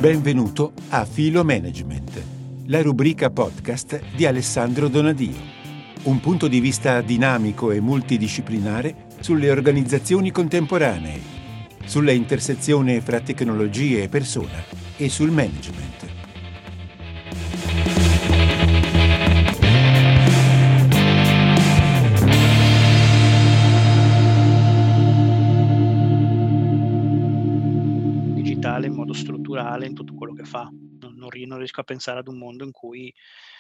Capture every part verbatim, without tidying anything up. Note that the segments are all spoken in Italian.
Benvenuto a Filo Management, la rubrica podcast di Alessandro Donadio. Un punto di vista dinamico e multidisciplinare sulle organizzazioni contemporanee, sulla intersezione fra tecnologie e persona e sul management. In modo strutturale in tutto quello che fa. Non, non, non riesco a pensare ad un mondo in cui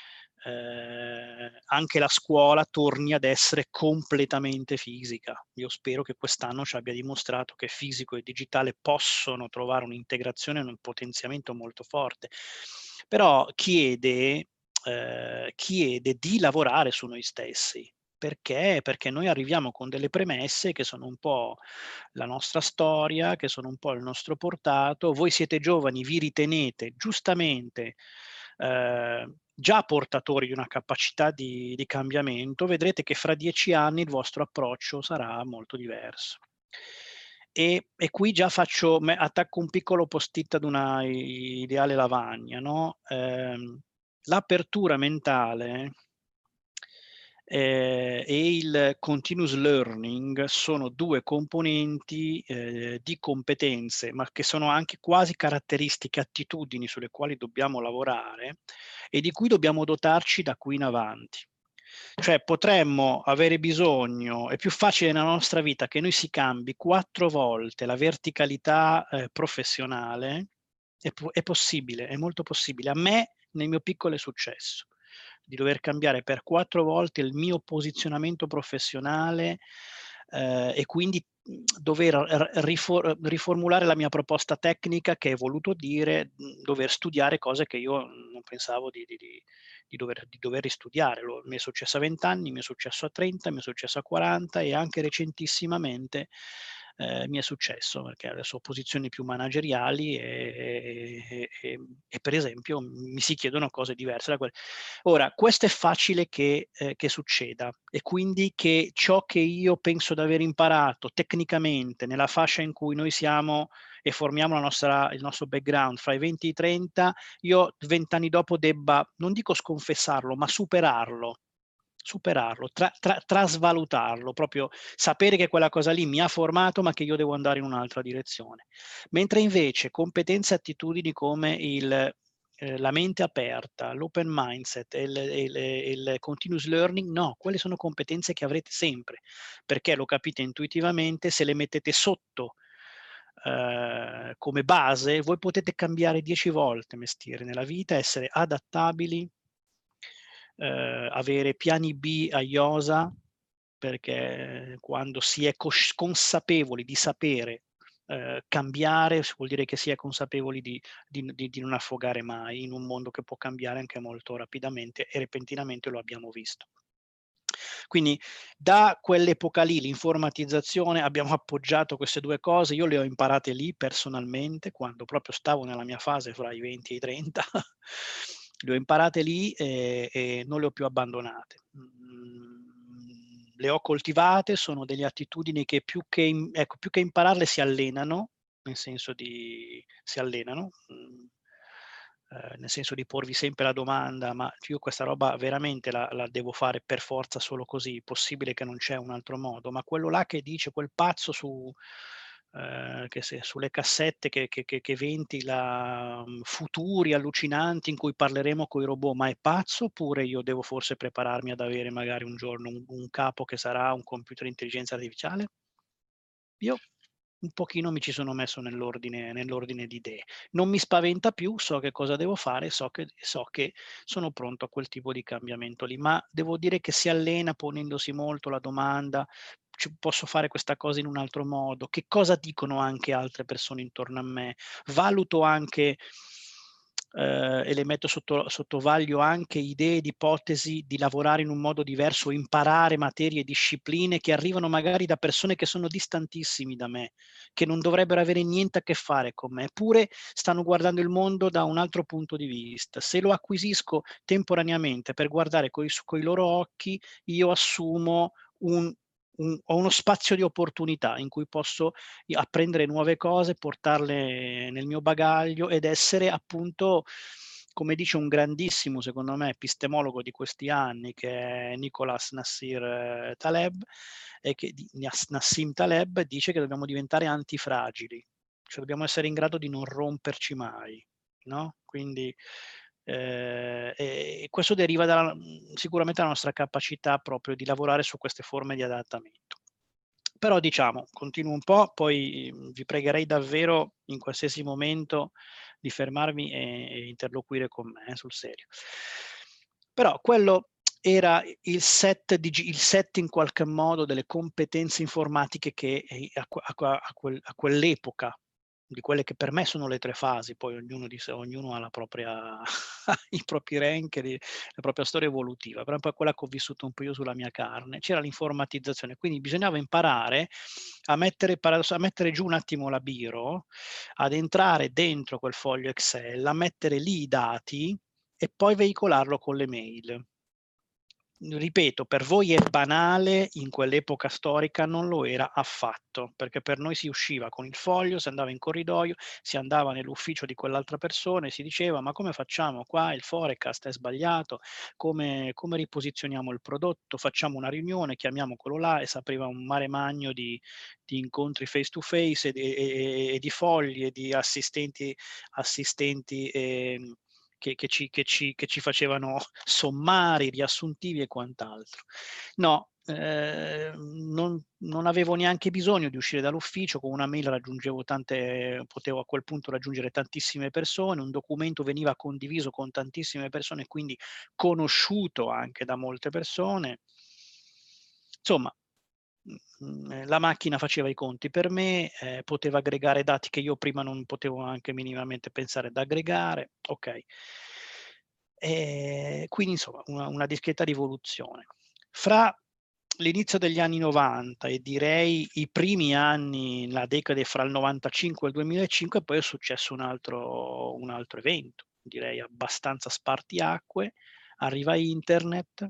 eh, anche la scuola torni ad essere completamente fisica. Io spero che quest'anno ci abbia dimostrato che fisico e digitale possono trovare un'integrazione e un potenziamento molto forte, però chiede, eh, chiede di lavorare su noi stessi. Perché? Perché noi arriviamo con delle premesse che sono un po' la nostra storia, che sono un po' il nostro portato. Voi siete giovani, vi ritenete giustamente eh, già portatori di una capacità di, di cambiamento, vedrete che fra dieci anni il vostro approccio sarà molto diverso. E, e qui già faccio, attacco un piccolo post-it ad una ideale lavagna, no? Eh, l'apertura mentale Eh, e il continuous learning sono due componenti eh, di competenze, ma che sono anche quasi caratteristiche, attitudini sulle quali dobbiamo lavorare e di cui dobbiamo dotarci da qui in avanti. Cioè potremmo avere bisogno, è più facile nella nostra vita che noi si cambi quattro volte la verticalità eh, professionale, è, è possibile, è molto possibile. A me, nel mio piccolo, è successo di dover cambiare per quattro volte il mio posizionamento professionale eh, e quindi dover rifor- riformulare la mia proposta tecnica, che è voluto dire dover studiare cose che io non pensavo di, di, di, dover, di dover ristudiare. Lo, mi è successo a venti anni, mi è successo a trenta, mi è successo a quaranta e anche recentissimamente eh, mi è successo, perché adesso ho posizioni più manageriali e, e, e, e per esempio mi si chiedono cose diverse da quelle. Ora, questo è facile che, eh, che succeda e quindi che ciò che io penso di aver imparato tecnicamente nella fascia in cui noi siamo e formiamo la nostra, il nostro background fra i venti e i trenta, io vent'anni dopo debba, non dico sconfessarlo, ma superarlo. superarlo, tra, tra, trasvalutarlo, proprio sapere che quella cosa lì mi ha formato ma che io devo andare in un'altra direzione. Mentre invece competenze e attitudini come il, eh, la mente aperta, l'open mindset e il, il, il continuous learning, no, quelle sono competenze che avrete sempre, perché lo capite intuitivamente, se le mettete sotto eh, come base, voi potete cambiare dieci volte mestiere nella vita, essere adattabili, eh, avere piani B a iosa, perché quando si è cos- consapevoli di sapere eh, cambiare, vuol dire che si è consapevoli di, di, di, di non affogare mai in un mondo che può cambiare anche molto rapidamente e repentinamente, lo abbiamo visto. Quindi da quell'epoca lì, l'informatizzazione, abbiamo appoggiato queste due cose, io le ho imparate lì personalmente, quando proprio stavo nella mia fase fra i venti e i trenta, le ho imparate lì e, e non le ho più abbandonate. Mm, le ho coltivate, sono delle attitudini che più che, ecco, più che impararle si allenano, nel senso di si allenano, mm, eh, nel senso di porvi sempre la domanda, ma io questa roba veramente la, la devo fare per forza solo così, possibile che non c'è un altro modo, ma quello là che dice, quel pazzo su, eh, che se, sulle cassette che, che, che, che ventila um, futuri allucinanti in cui parleremo con i robot, ma è pazzo oppure io devo forse prepararmi ad avere magari un giorno un, un capo che sarà un computer di intelligenza artificiale? Io un pochino mi ci sono messo nell'ordine, nell'ordine di idee. Non mi spaventa più, so che cosa devo fare, so che, so che sono pronto a quel tipo di cambiamento lì, ma devo dire che si allena ponendosi molto la domanda, posso fare questa cosa in un altro modo, che cosa dicono anche altre persone intorno a me, valuto anche eh, e le metto sotto, sotto vaglio anche idee ed ipotesi di lavorare in un modo diverso, imparare materie e discipline che arrivano magari da persone che sono distantissimi da me, che non dovrebbero avere niente a che fare con me, eppure stanno guardando il mondo da un altro punto di vista. Se lo acquisisco temporaneamente per guardare coi, coi loro occhi, io assumo un un, ho uno spazio di opportunità in cui posso apprendere nuove cose, portarle nel mio bagaglio ed essere appunto, come dice un grandissimo, secondo me, epistemologo di questi anni, che è Nicholas Nassim Taleb, e che Nassim Taleb dice che dobbiamo diventare antifragili, cioè dobbiamo essere in grado di non romperci mai, no? Quindi eh, e questo deriva dalla, sicuramente dalla nostra capacità proprio di lavorare su queste forme di adattamento. Però diciamo, continuo un po', poi vi pregherei davvero in qualsiasi momento di fermarmi e, e interloquire con me, eh, sul serio. Però quello era il set, di, il set in qualche modo delle competenze informatiche che a, a, a, quel, a quell'epoca, di quelle che per me sono le tre fasi, poi ognuno, di sé, ognuno ha la propria, i propri rank, di, la propria storia evolutiva, però poi quella che ho vissuto un po' io sulla mia carne, c'era l'informatizzazione, quindi bisognava imparare a mettere, a mettere giù un attimo la biro, ad entrare dentro quel foglio Excel, a mettere lì i dati e poi veicolarlo con le mail. Ripeto, per voi è banale, in quell'epoca storica non lo era affatto, perché per noi si usciva con il foglio, si andava in corridoio, si andava nell'ufficio di quell'altra persona e si diceva: ma come facciamo qua, il forecast è sbagliato, come, come riposizioniamo il prodotto, facciamo una riunione, chiamiamo quello là, e si apriva un mare magno di, di incontri face to face e, e, e di fogli e di assistenti, assistenti e, Che, che, ci, che, ci, che ci facevano sommari, riassuntivi e quant'altro. No, eh, non, non avevo neanche bisogno di uscire dall'ufficio, con una mail raggiungevo tante, potevo a quel punto raggiungere tantissime persone, un documento veniva condiviso con tantissime persone, quindi conosciuto anche da molte persone. Insomma, la macchina faceva i conti per me, eh, poteva aggregare dati che io prima non potevo anche minimamente pensare ad aggregare, ok. E quindi insomma una, una discreta rivoluzione. Fra l'inizio degli anni novanta e direi i primi anni, la decade fra il novantacinque e il duemilacinque, poi è successo un altro, un altro evento, direi abbastanza spartiacque, arriva internet.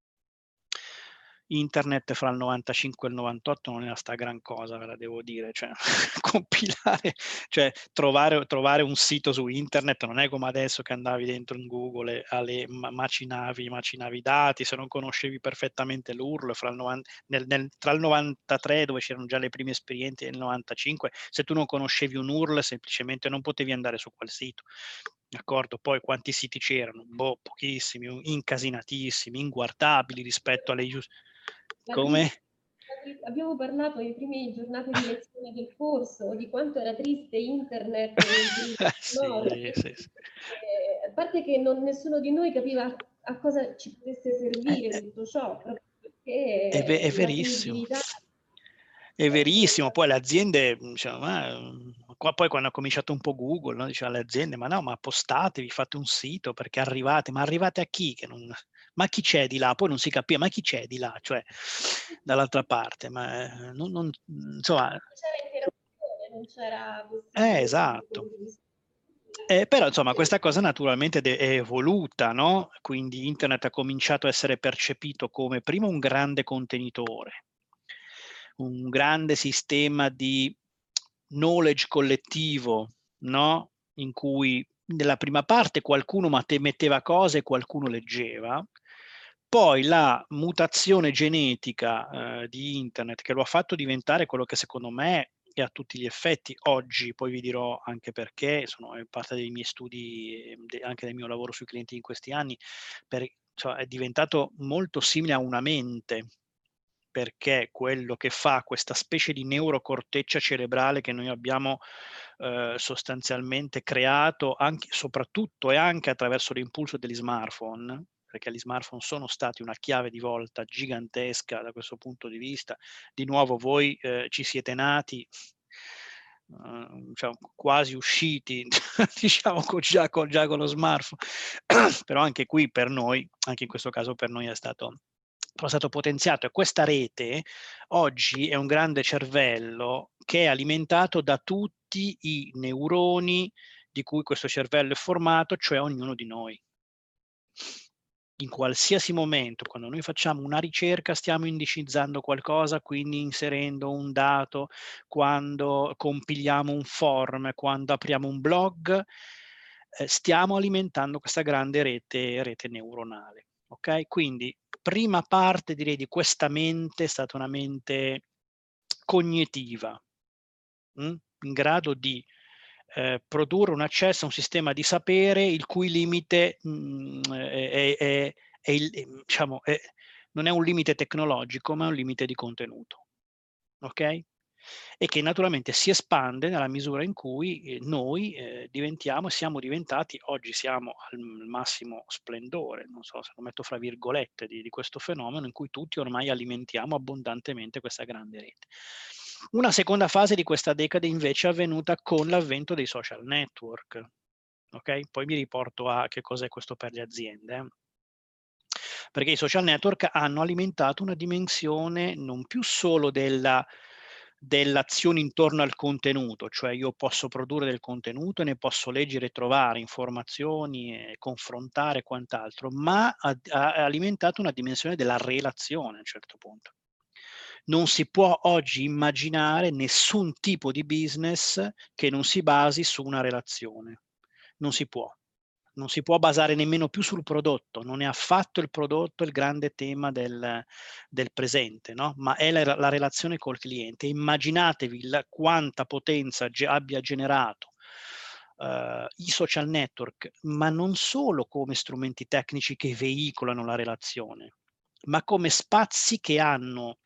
Internet fra il novantacinque e il novantotto non era sta gran cosa, ve la devo dire, cioè compilare, cioè trovare, trovare un sito su internet non è come adesso che andavi dentro in Google e alle, macinavi, macinavi dati, se non conoscevi perfettamente l'U R L, fra il novanta, nel, nel, tra il novantatré, dove c'erano già le prime esperienze, e il novantacinque, se tu non conoscevi un U R L semplicemente non potevi andare su quel sito. D'accordo? Poi quanti siti c'erano? Boh, pochissimi, incasinatissimi, inguardabili rispetto alle user. Come? Abbiamo parlato nelle prime giornate di lezione del corso di quanto era triste internet. sì, no, sì, sì. Eh, a parte che non, nessuno di noi capiva a cosa ci potesse servire Eh, tutto ciò, proprio è, ve- è perché la verissimo. fruibilità... È verissimo, poi le aziende, diciamo, ma, qua poi quando ha cominciato un po' Google, no, diceva alle aziende, ma no, ma postatevi, fate un sito perché arrivate, ma arrivate a chi? Che non, ma chi c'è di là? Poi non si capiva, ma chi c'è di là? Cioè, dall'altra parte, ma non, non, insomma... Non c'era interazione, non c'era Eh, possibilità esatto. Eh, però insomma questa cosa naturalmente è evoluta, no? Quindi internet ha cominciato a essere percepito come prima un grande contenitore, un grande sistema di knowledge collettivo, no? In cui nella prima parte qualcuno metteva cose e qualcuno leggeva, poi la mutazione genetica eh, di internet che lo ha fatto diventare quello che secondo me e a tutti gli effetti oggi, poi vi dirò anche perché, sono parte dei miei studi, anche del mio lavoro sui clienti in questi anni, per, cioè, è diventato molto simile a una mente, perché quello che fa questa specie di neurocorteccia cerebrale che noi abbiamo eh, sostanzialmente creato, anche, soprattutto e anche attraverso l'impulso degli smartphone, perché gli smartphone sono stati una chiave di volta gigantesca da questo punto di vista. Di nuovo voi eh, ci siete nati, uh, diciamo, quasi usciti, diciamo, con, già, con, già con lo smartphone, però anche qui per noi, anche in questo caso per noi è stato, è stato potenziato, e questa rete oggi è un grande cervello che è alimentato da tutti i neuroni di cui questo cervello è formato, cioè ognuno di noi. in qualsiasi momento, quando noi facciamo una ricerca, stiamo indicizzando qualcosa, quindi inserendo un dato, quando compiliamo un form, quando apriamo un blog, eh, stiamo alimentando questa grande rete, rete neuronale. Ok? Quindi, prima parte direi di questa mente è stata una mente cognitiva, mh? in grado di eh, produrre un accesso a un sistema di sapere il cui limite mh, è, è, è il, diciamo, è, non è un limite tecnologico, ma è un limite di contenuto. Ok? E che naturalmente si espande nella misura in cui eh, noi eh, diventiamo, siamo diventati, oggi siamo al massimo splendore, non so se lo metto fra virgolette, di, di questo fenomeno in cui tutti ormai alimentiamo abbondantemente questa grande rete. Una seconda fase di questa decade invece è avvenuta con l'avvento dei social network. Ok? Poi mi riporto a che cos'è questo per le aziende. Eh? Perché i social network hanno alimentato una dimensione non più solo della dell'azione intorno al contenuto, cioè io posso produrre del contenuto e ne posso leggere e trovare informazioni e confrontare quant'altro, ma ha, ha alimentato una dimensione della relazione a un certo punto. Non si può oggi immaginare nessun tipo di business che non si basi su una relazione. Non si può. Non si può basare nemmeno più sul prodotto, non è affatto il prodotto il grande tema del, del presente, no? Ma è la, la relazione col cliente. Immaginatevi la, quanta potenza ge, abbia generato uh, i social network, ma non solo come strumenti tecnici che veicolano la relazione, ma come spazi che hanno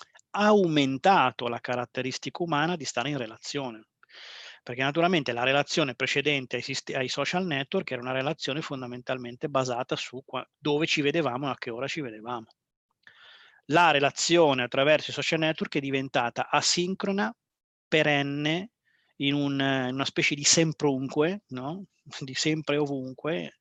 aumentato la caratteristica umana di stare in relazione. Perché naturalmente la relazione precedente ai, ai social network era una relazione fondamentalmente basata su dove ci vedevamo e a che ora ci vedevamo. La relazione attraverso i social network è diventata asincrona, perenne, in, un, in una specie di semprunque, no? Di sempre ovunque,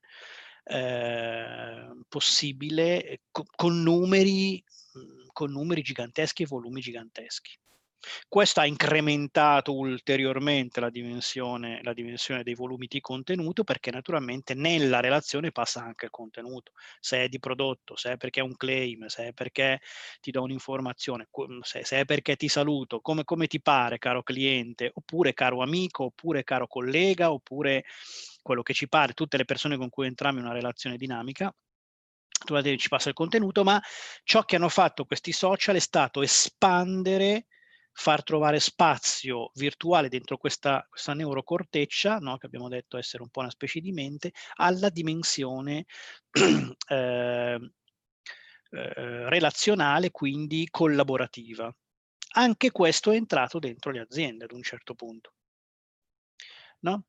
eh, possibile, co con numeri, con numeri giganteschi e volumi giganteschi. Questo ha incrementato ulteriormente la dimensione, la dimensione dei volumi di contenuto, perché naturalmente nella relazione passa anche il contenuto, se è di prodotto, se è perché è un claim, se è perché ti do un'informazione, se, se è perché ti saluto, come, come ti pare, caro cliente, oppure caro amico, oppure caro collega, oppure quello che ci pare, tutte le persone con cui entriamo in una relazione dinamica. Naturalmente ci passa il contenuto, ma ciò che hanno fatto questi social è stato espandere, far trovare spazio virtuale dentro questa, questa neurocorteccia, no? Che abbiamo detto essere un po' una specie di mente, alla dimensione eh, eh, relazionale, quindi collaborativa. Anche questo è entrato dentro le aziende ad un certo punto. No?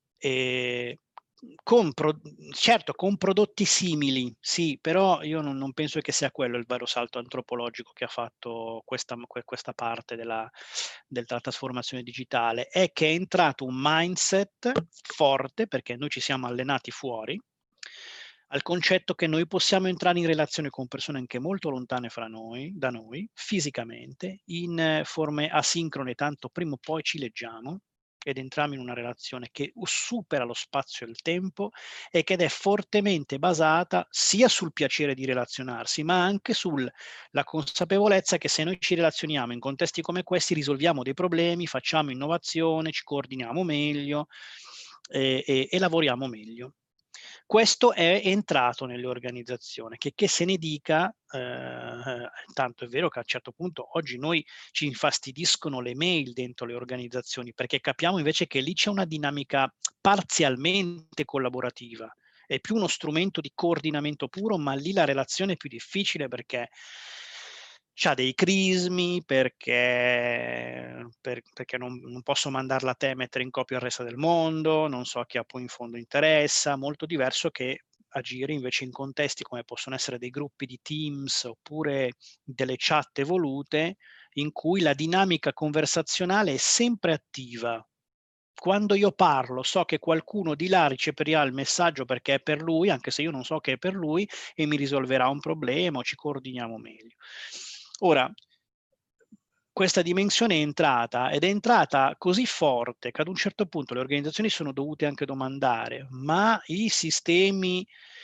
E con pro, certo, con prodotti simili, sì, però io non, non penso che sia quello il vero salto antropologico che ha fatto questa, questa parte della, della trasformazione digitale, è che è entrato un mindset forte, perché noi ci siamo allenati fuori, al concetto che noi possiamo entrare in relazione con persone anche molto lontane fra noi, da noi, fisicamente, in forme asincrone, tanto prima o poi ci leggiamo, ed entriamo in una relazione che supera lo spazio e il tempo e che è fortemente basata sia sul piacere di relazionarsi, ma anche sulla consapevolezza che se noi ci relazioniamo in contesti come questi risolviamo dei problemi, facciamo innovazione, ci coordiniamo meglio e, e, e lavoriamo meglio. Questo è entrato nelle organizzazioni, che, che se ne dica, eh, tanto è vero che a un certo punto oggi noi ci infastidiscono le mail dentro le organizzazioni, perché capiamo invece che lì c'è una dinamica parzialmente collaborativa, è più uno strumento di coordinamento puro, ma lì la relazione è più difficile perché c'ha dei crismi, perché, per, perché non, non posso mandarla a te e mettere in copia il resto del mondo, non so a chi poi in fondo interessa, molto diverso che agire invece in contesti come possono essere dei gruppi di Teams oppure delle chat evolute in cui la dinamica conversazionale è sempre attiva. Quando io parlo so che qualcuno di là riceverà il messaggio perché è per lui, anche se io non so che è per lui, e mi risolverà un problema o ci coordiniamo meglio. Ora, questa dimensione è entrata ed è entrata così forte che ad un certo punto le organizzazioni sono dovute anche domandare: ma i sistemi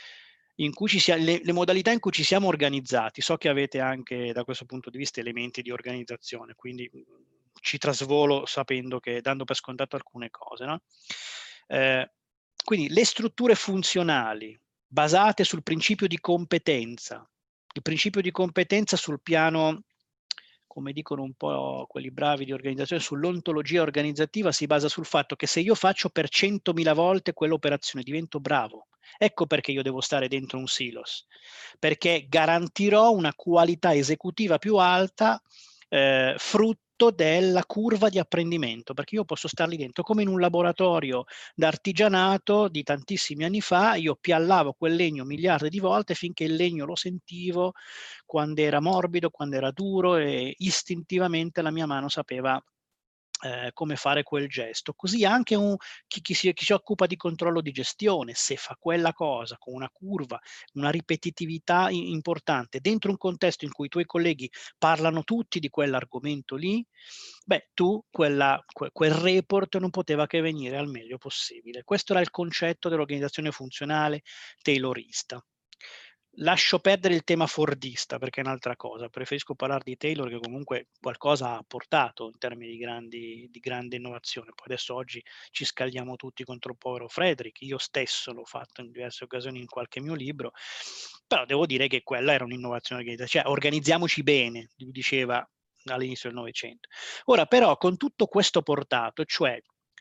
in cui ci sia, le, le modalità in cui ci siamo organizzati. So che avete anche da questo punto di vista elementi di organizzazione, quindi ci trasvolo sapendo che, dando per scontato alcune cose, no? Eh, quindi le strutture funzionali basate sul principio di competenza, il principio di competenza sul piano, come dicono un po' quelli bravi di organizzazione, sull'ontologia organizzativa, si basa sul fatto che se io faccio per centomila volte quell'operazione divento bravo. Ecco perché io devo stare dentro un silos, perché garantirò una qualità esecutiva più alta, eh, frutto della curva di apprendimento, perché io posso star lì dentro come in un laboratorio d'artigianato di tantissimi anni fa. Io piallavo quel legno miliardi di volte finché il legno lo sentivo, quando era morbido, quando era duro, e istintivamente la mia mano sapeva Eh, come fare quel gesto. Così anche un, chi, chi, si, chi si occupa di controllo di gestione, se fa quella cosa con una curva, una ripetitività importante, dentro un contesto in cui i tuoi colleghi parlano tutti di quell'argomento lì, beh, tu quella, que, quel report non poteva che venire al meglio possibile. Questo era il concetto dell'organizzazione funzionale taylorista. Lascio perdere il tema fordista perché è un'altra cosa, preferisco parlare di Taylor che comunque qualcosa ha portato in termini di, grandi, di grande innovazione. Poi adesso oggi ci scagliamo tutti contro il povero Frederick, io stesso l'ho fatto in diverse occasioni in qualche mio libro, però devo dire che quella era un'innovazione organizzativa, cioè organizziamoci bene, diceva all'inizio del Novecento. Ora però con tutto questo portato, cioè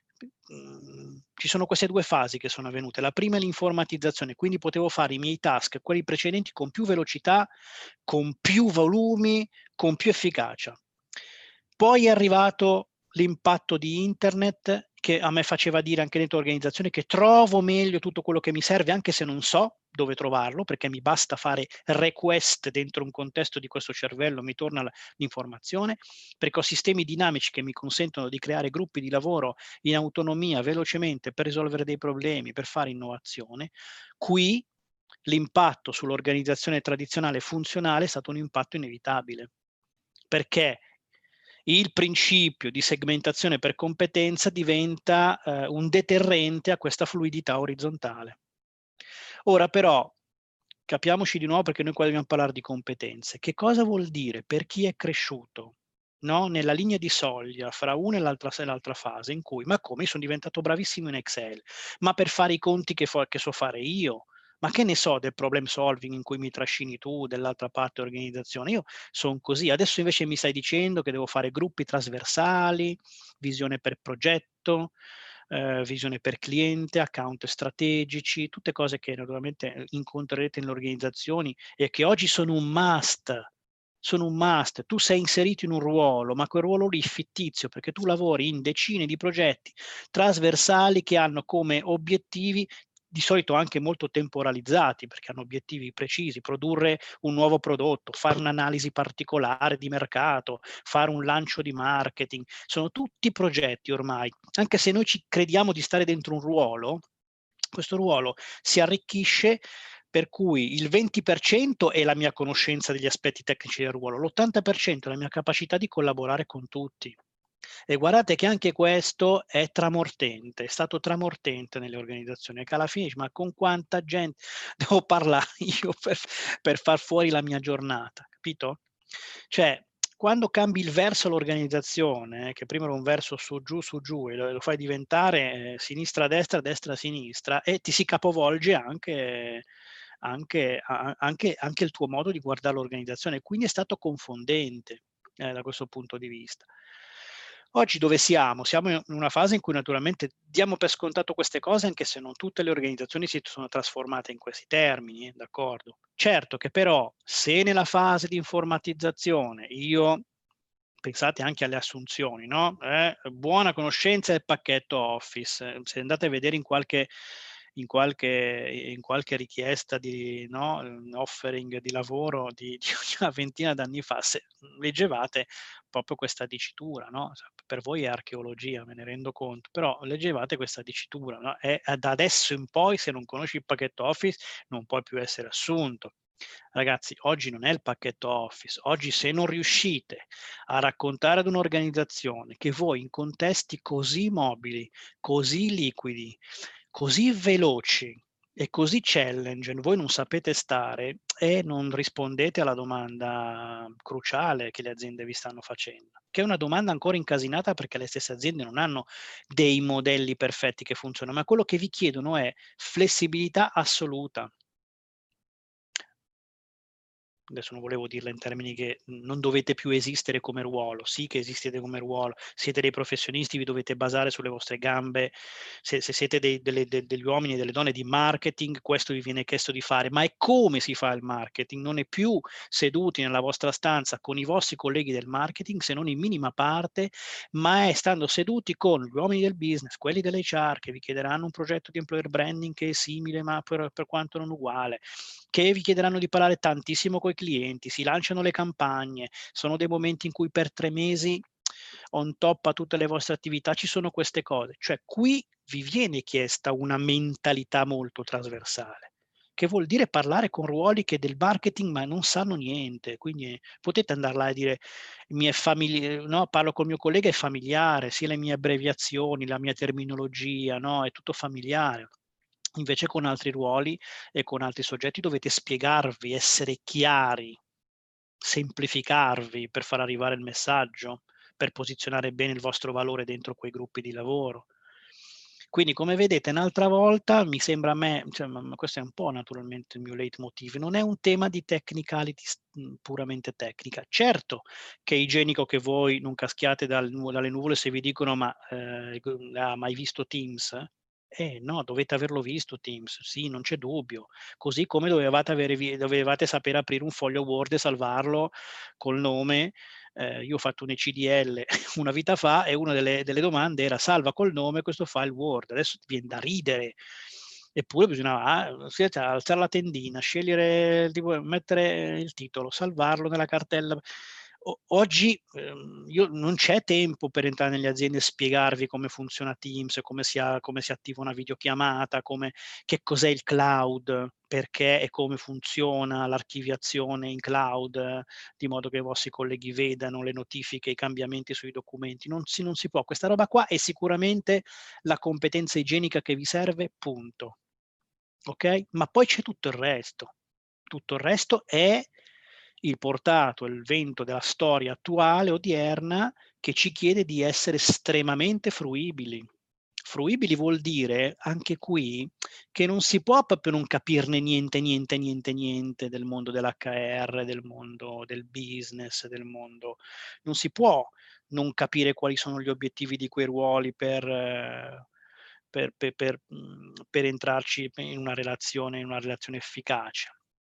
mh, ci sono queste due fasi che sono avvenute. La prima è l'informatizzazione, quindi potevo fare i miei task, quelli precedenti, con più velocità, con più volumi, con più efficacia. Poi è arrivato l'impatto di internet, che a me faceva dire anche dentro l'organizzazione che trovo meglio tutto quello che mi serve, anche se non so dove trovarlo, perché mi basta fare request dentro un contesto di questo cervello, mi torna l'informazione, perché ho sistemi dinamici che mi consentono di creare gruppi di lavoro in autonomia velocemente per risolvere dei problemi, per fare innovazione. Qui l'impatto sull'organizzazione tradizionale funzionale è stato un impatto inevitabile, perché il principio di segmentazione per competenza diventa eh, un deterrente a questa fluidità orizzontale. Ora però, capiamoci di nuovo, perché noi qua dobbiamo parlare di competenze. Che cosa vuol dire per chi è cresciuto, no? Nella linea di soglia fra una e l'altra, l'altra fase, in cui, ma come, io sono diventato bravissimo in Excel, ma per fare i conti che, che so fare io, ma che ne so del problem solving in cui mi trascini tu, dell'altra parte organizzazione, io sono così. Adesso invece mi stai dicendo che devo fare gruppi trasversali, visione per progetto, eh, visione per cliente, account strategici, tutte cose che naturalmente incontrerete nelle organizzazioni e che oggi sono un must. Sono un must, tu sei inserito in un ruolo, ma quel ruolo lì è fittizio perché tu lavori in decine di progetti trasversali che hanno come obiettivi di solito anche molto temporalizzati, perché hanno obiettivi precisi: produrre un nuovo prodotto, fare un'analisi particolare di mercato, fare un lancio di marketing. Sono tutti progetti ormai, anche se noi ci crediamo di stare dentro un ruolo, questo ruolo si arricchisce, per cui il venti per cento è la mia conoscenza degli aspetti tecnici del ruolo, l'ottanta per cento è la mia capacità di collaborare con tutti. E guardate che anche questo è tramortente, è stato tramortente nelle organizzazioni, che alla fine dice, ma con quanta gente devo parlare io per, per far fuori la mia giornata, capito? Cioè, quando cambi il verso all'organizzazione, eh, che prima era un verso su giù su giù, e lo, lo fai diventare eh, sinistra destra, destra sinistra, e ti si capovolge anche, anche, a, anche, anche il tuo modo di guardare l'organizzazione, quindi è stato confondente eh, da questo punto di vista. Oggi dove siamo? Siamo in una fase in cui naturalmente diamo per scontato queste cose, anche se non tutte le organizzazioni si sono trasformate in questi termini, eh, d'accordo? Certo che però se nella fase di informatizzazione io, pensate anche alle assunzioni, no? Eh, buona conoscenza del pacchetto Office, se andate a vedere in qualche in qualche, in qualche richiesta di no, offering di lavoro di, di una ventina d'anni fa, se leggevate proprio questa dicitura, no? Per voi è archeologia, me ne rendo conto, però leggevate questa dicitura, no? E da adesso in poi, se non conosci il pacchetto Office, non puoi più essere assunto. Ragazzi, oggi non è il pacchetto Office, oggi se non riuscite a raccontare ad un'organizzazione che voi in contesti così mobili, così liquidi, così veloci, è così challenge, voi non sapete stare e non rispondete alla domanda cruciale che le aziende vi stanno facendo, che è una domanda ancora incasinata perché le stesse aziende non hanno dei modelli perfetti che funzionano, ma quello che vi chiedono è flessibilità assoluta. Adesso non volevo dirla in termini che non dovete più esistere come ruolo, sì che esistete come ruolo, siete dei professionisti, vi dovete basare sulle vostre gambe, se, se siete dei, delle, de, degli uomini e delle donne di marketing, questo vi viene chiesto di fare, ma è come si fa il marketing, non è più seduti nella vostra stanza con i vostri colleghi del marketing, se non in minima parte, ma è stando seduti con gli uomini del business, quelli dell'H R, che vi chiederanno un progetto di employer branding che è simile ma per, per quanto non uguale, che vi chiederanno di parlare tantissimo coi clienti, si lanciano le campagne, sono dei momenti in cui per tre mesi on top a tutte le vostre attività ci sono queste cose. Cioè qui vi viene chiesta una mentalità molto trasversale, che vuol dire parlare con ruoli che del marketing ma non sanno niente, quindi potete andare là e dire mi è famili- no, parlo col mio collega, è familiare, sia le mie abbreviazioni, la mia terminologia, no, è tutto familiare. Invece con altri ruoli e con altri soggetti dovete spiegarvi, essere chiari, semplificarvi per far arrivare il messaggio, per posizionare bene il vostro valore dentro quei gruppi di lavoro. Quindi come vedete un'altra volta mi sembra a me, cioè, ma questo è un po' naturalmente il mio leitmotiv, non è un tema di technicality puramente tecnica. Certo che è igienico che voi non caschiate dal, dalle nuvole se vi dicono ma eh, ha mai visto Teams? Eh no, dovete averlo visto Teams, sì, non c'è dubbio. Così come dovevate, avere, dovevate sapere aprire un foglio Word e salvarlo col nome. Eh, io ho fatto un E C D L una vita fa e una delle, delle domande era salva col nome questo file Word. Adesso ti viene da ridere. Eppure bisognava ah, alzare la tendina, scegliere, tipo, mettere il titolo, salvarlo nella cartella. Oggi ehm, io, non c'è tempo per entrare nelle aziende e spiegarvi come funziona Teams, come si, ha, come si attiva una videochiamata, come, che cos'è il cloud, perché e come funziona l'archiviazione in cloud, di modo che i vostri colleghi vedano le notifiche, i cambiamenti sui documenti. Non si, non si può. Questa roba qua è sicuramente la competenza igienica che vi serve, punto. Ok? Ma poi c'è tutto il resto. Tutto il resto è il portato, il vento della storia attuale, odierna, che ci chiede di essere estremamente fruibili. Fruibili vuol dire, anche qui, che non si può proprio non capirne niente, niente, niente, niente del mondo dell'H R, del mondo del business, del mondo... Non si può non capire quali sono gli obiettivi di quei ruoli per... Eh, per, per, per, per entrarci in una relazione, in una relazione efficace.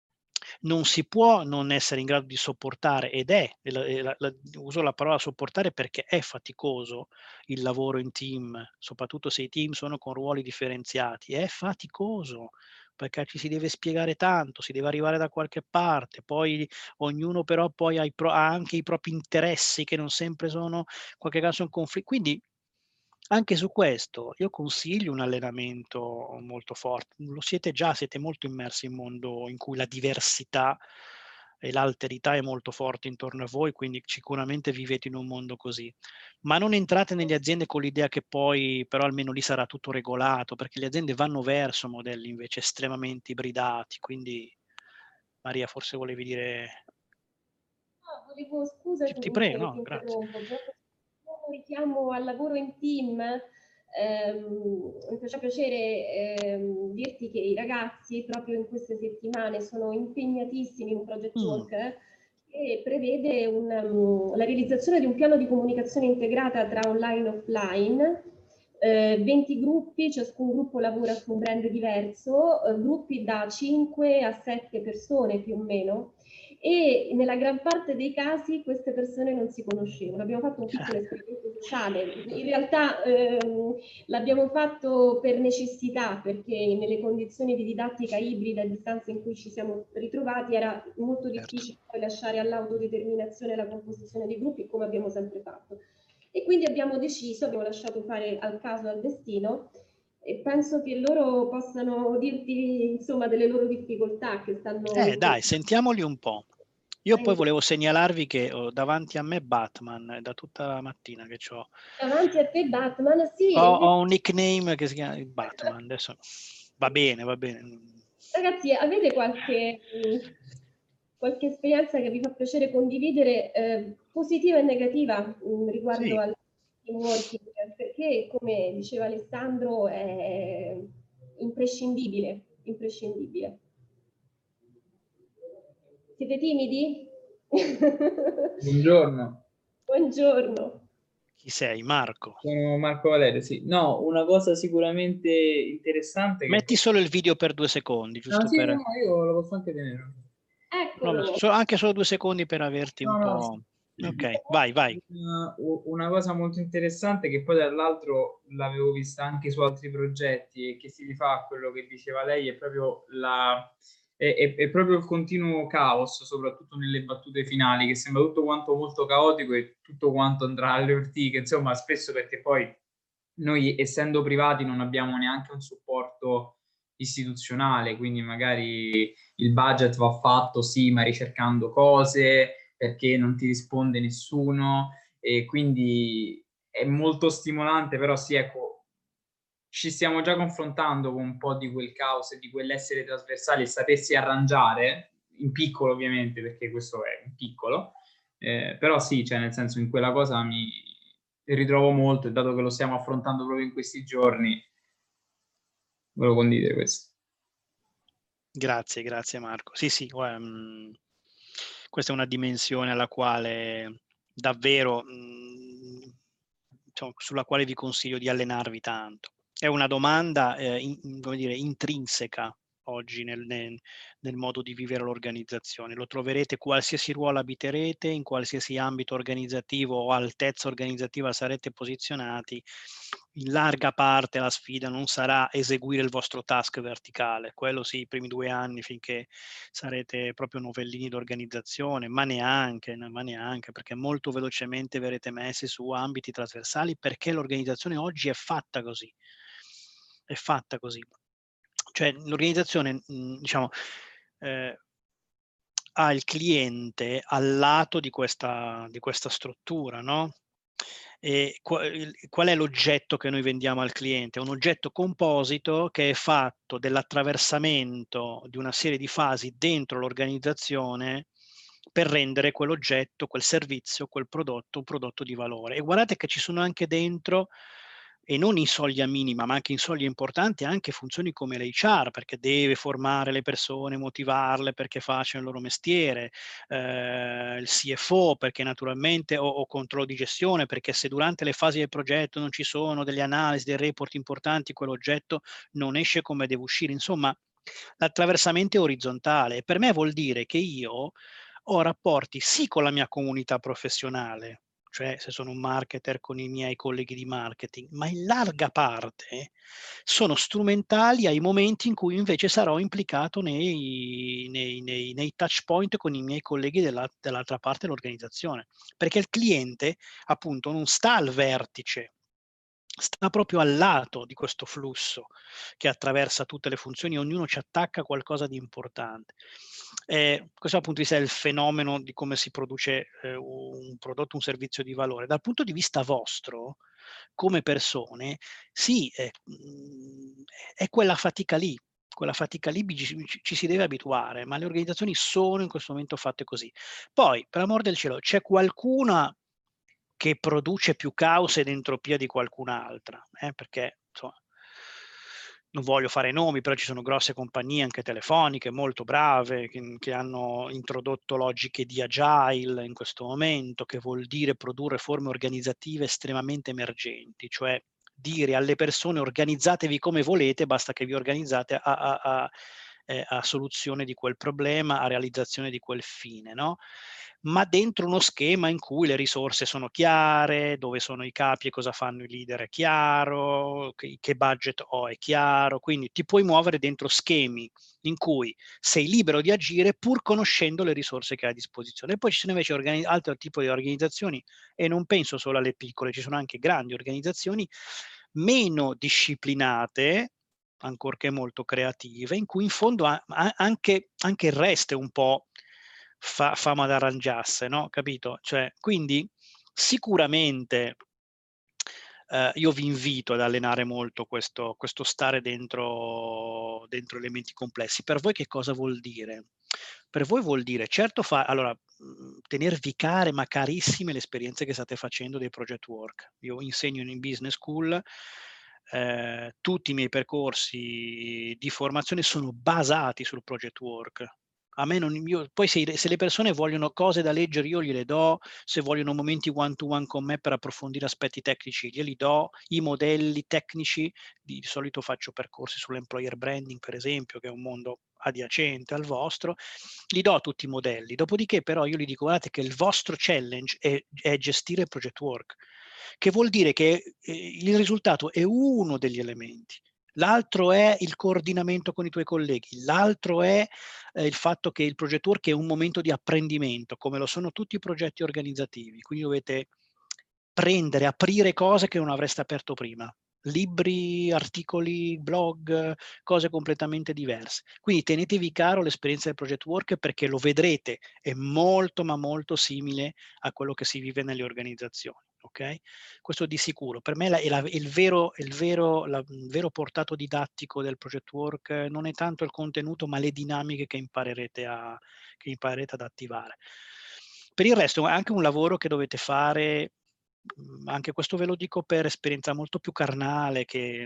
Non si può non essere in grado di sopportare, ed è, la, la, uso la parola sopportare perché è faticoso il lavoro in team, soprattutto se i team sono con ruoli differenziati, è faticoso perché ci si deve spiegare tanto, si deve arrivare da qualche parte, poi ognuno però poi ha, i pro, ha anche i propri interessi che non sempre sono, in qualche caso un conflitto, quindi anche su questo io consiglio un allenamento molto forte. Lo siete già, siete molto immersi in un mondo in cui la diversità e l'alterità è molto forte intorno a voi, quindi sicuramente vivete in un mondo così. Ma non entrate nelle aziende con l'idea che poi però almeno lì sarà tutto regolato, perché le aziende vanno verso modelli invece estremamente ibridati. Quindi Maria, forse volevi dire... No, volevo, scusa Ti, se ti comunque prego, ti no, grazie. interrompo, proprio un richiamo al lavoro in team. Ehm, mi faceva piacere ehm, dirti che i ragazzi proprio in queste settimane sono impegnatissimi in un project Mm. work eh, che prevede un, um, la realizzazione di un piano di comunicazione integrata tra online e offline. Eh, venti gruppi, ciascun gruppo lavora su un brand diverso, eh, gruppi da cinque a sette persone più o meno, e nella gran parte dei casi queste persone non si conoscevano. Abbiamo fatto un piccolo esperimento sociale, in realtà ehm, l'abbiamo fatto per necessità, perché nelle condizioni di didattica ibrida a distanza in cui ci siamo ritrovati era molto difficile poi lasciare all'autodeterminazione la composizione dei gruppi, come abbiamo sempre fatto. E quindi abbiamo deciso, abbiamo lasciato fare al caso, al destino, e penso che loro possano dirti insomma delle loro difficoltà che stanno Eh, dai, incontrando. sentiamoli un po'. Io poi volevo segnalarvi che ho davanti a me Batman, è da tutta la mattina che ho. Davanti a te Batman, sì, Ho, e invece... ho un nickname che si chiama Batman, adesso Va bene, va bene. Ragazzi, avete qualche, qualche esperienza che vi fa piacere condividere, eh, positiva e negativa, mh, riguardo Sì. al team working? Perché, come diceva Alessandro, è imprescindibile, imprescindibile. Siete timidi? Buongiorno. Buongiorno. Chi sei? Marco. Sono Marco Valerio, sì. No, una cosa sicuramente interessante che... Metti solo il video per due secondi, giusto Ah, sì, per... no, io lo posso anche tenere. No, Eccolo. so- anche solo due secondi per averti un No, no, po'... Ok, vai, vai. Una, una cosa molto interessante che poi dall'altro l'avevo vista anche su altri progetti e che si rifà a quello che diceva lei è proprio la... È, è, è proprio il continuo caos, soprattutto nelle battute finali, che sembra tutto quanto molto caotico e tutto quanto andrà alle ortiche, insomma, spesso perché poi noi, essendo privati, non abbiamo neanche un supporto istituzionale, quindi magari il budget va fatto, sì, ma ricercando cose, perché non ti risponde nessuno, e quindi è molto stimolante, però sì, ecco, ci stiamo già confrontando con un po' di quel caos e di quell'essere trasversali e sapersi arrangiare, in piccolo ovviamente, perché questo è in piccolo, eh, però sì, cioè nel senso in quella cosa mi ritrovo molto e dato che lo stiamo affrontando proprio in questi giorni, volevo condividere questo. Grazie, grazie Marco. Sì, sì, um, questa è una dimensione alla quale davvero, mh, diciamo, sulla quale vi consiglio di allenarvi tanto. È una domanda eh, in, come dire, intrinseca oggi nel, nel, nel modo di vivere l'organizzazione. Lo troverete qualsiasi ruolo abiterete, in qualsiasi ambito organizzativo o altezza organizzativa sarete posizionati. In larga parte la sfida non sarà eseguire il vostro task verticale, quello sì, i primi due anni finché sarete proprio novellini d'organizzazione, ma neanche, ma neanche, perché molto velocemente verrete messi su ambiti trasversali, perché l'organizzazione oggi è fatta così, è fatta così. Cioè l'organizzazione, diciamo, eh, ha il cliente al lato di questa, di questa struttura, no? E qual è l'oggetto che noi vendiamo al cliente? Un oggetto composito che è fatto dell'attraversamento di una serie di fasi dentro l'organizzazione per rendere quell'oggetto, quel servizio, quel prodotto un prodotto di valore. E guardate che ci sono anche dentro, e non in soglia minima, ma anche in soglia importante, anche funzioni come l'H R, perché deve formare le persone, motivarle perché facciano il loro mestiere, eh, il C F O perché naturalmente, o, o controllo di gestione, perché se durante le fasi del progetto non ci sono delle analisi, dei report importanti, quell'oggetto non esce come deve uscire. Insomma, l'attraversamento è orizzontale e per me vuol dire che io ho rapporti sì con la mia comunità professionale, cioè se sono un marketer con i miei colleghi di marketing, ma in larga parte sono strumentali ai momenti in cui invece sarò implicato nei, nei, nei, nei touch point con i miei colleghi della, dell'altra parte dell'organizzazione, perché il cliente appunto non sta al vertice, sta proprio al lato di questo flusso che attraversa tutte le funzioni, ognuno ci attacca qualcosa di importante. Eh, questo dal punto di vista del fenomeno di come si produce eh, un prodotto, un servizio di valore. Dal punto di vista vostro, come persone, sì, è, è quella fatica lì, quella fatica lì ci, ci si deve abituare, ma le organizzazioni sono in questo momento fatte così. Poi, per amor del cielo, c'è qualcuna che produce più caos ed entropia di qualcun'altra, eh, perché insomma, non voglio fare nomi, però ci sono grosse compagnie anche telefoniche molto brave che, che hanno introdotto logiche di agile in questo momento, che vuol dire produrre forme organizzative estremamente emergenti, cioè dire alle persone organizzatevi come volete, basta che vi organizzate a, a, a, a soluzione di quel problema, a realizzazione di quel fine, no? Ma dentro uno schema in cui le risorse sono chiare, dove sono i capi e cosa fanno i leader è chiaro, che, che budget ho è chiaro, quindi ti puoi muovere dentro schemi in cui sei libero di agire pur conoscendo le risorse che hai a disposizione. E poi ci sono invece organi- altri tipi di organizzazioni, e non penso solo alle piccole, ci sono anche grandi organizzazioni meno disciplinate, ancorché molto creative, in cui in fondo ha, ha anche, anche il resto è un po' fa, fama d'arrangiasse, no? Capito? Cioè, quindi sicuramente Uh, io vi invito ad allenare molto questo, questo stare dentro, dentro elementi complessi. Per voi che cosa vuol dire? Per voi vuol dire, certo, fa, allora, tenervi care ma carissime le esperienze che state facendo dei project work. Io insegno in business school, eh, tutti i miei percorsi di formazione sono basati sul project work. A me non, io, poi se, se le persone vogliono cose da leggere io gliele do, se vogliono momenti one to one con me per approfondire aspetti tecnici glieli do, i modelli tecnici, di, di solito faccio percorsi sull'employer branding per esempio, che è un mondo adiacente al vostro, gli do tutti i modelli, dopodiché però io gli dico guardate che il vostro challenge è, è gestire il project work, che vuol dire che eh, il risultato è uno degli elementi. L'altro è il coordinamento con i tuoi colleghi, l'altro è eh, il fatto che il project work è un momento di apprendimento, come lo sono tutti i progetti organizzativi, quindi dovete prendere, aprire cose che non avreste aperto prima, libri, articoli, blog, cose completamente diverse. Quindi tenetevi caro l'esperienza del project work perché lo vedrete, è molto ma molto simile a quello che si vive nelle organizzazioni. Ok? Questo di sicuro. Per me è, la, è il, vero, il, vero, la, il vero portato didattico del project work non è tanto il contenuto, ma le dinamiche che imparerete, a, che imparerete ad attivare. Per il resto è anche un lavoro che dovete fare, anche questo ve lo dico per esperienza molto più carnale, che,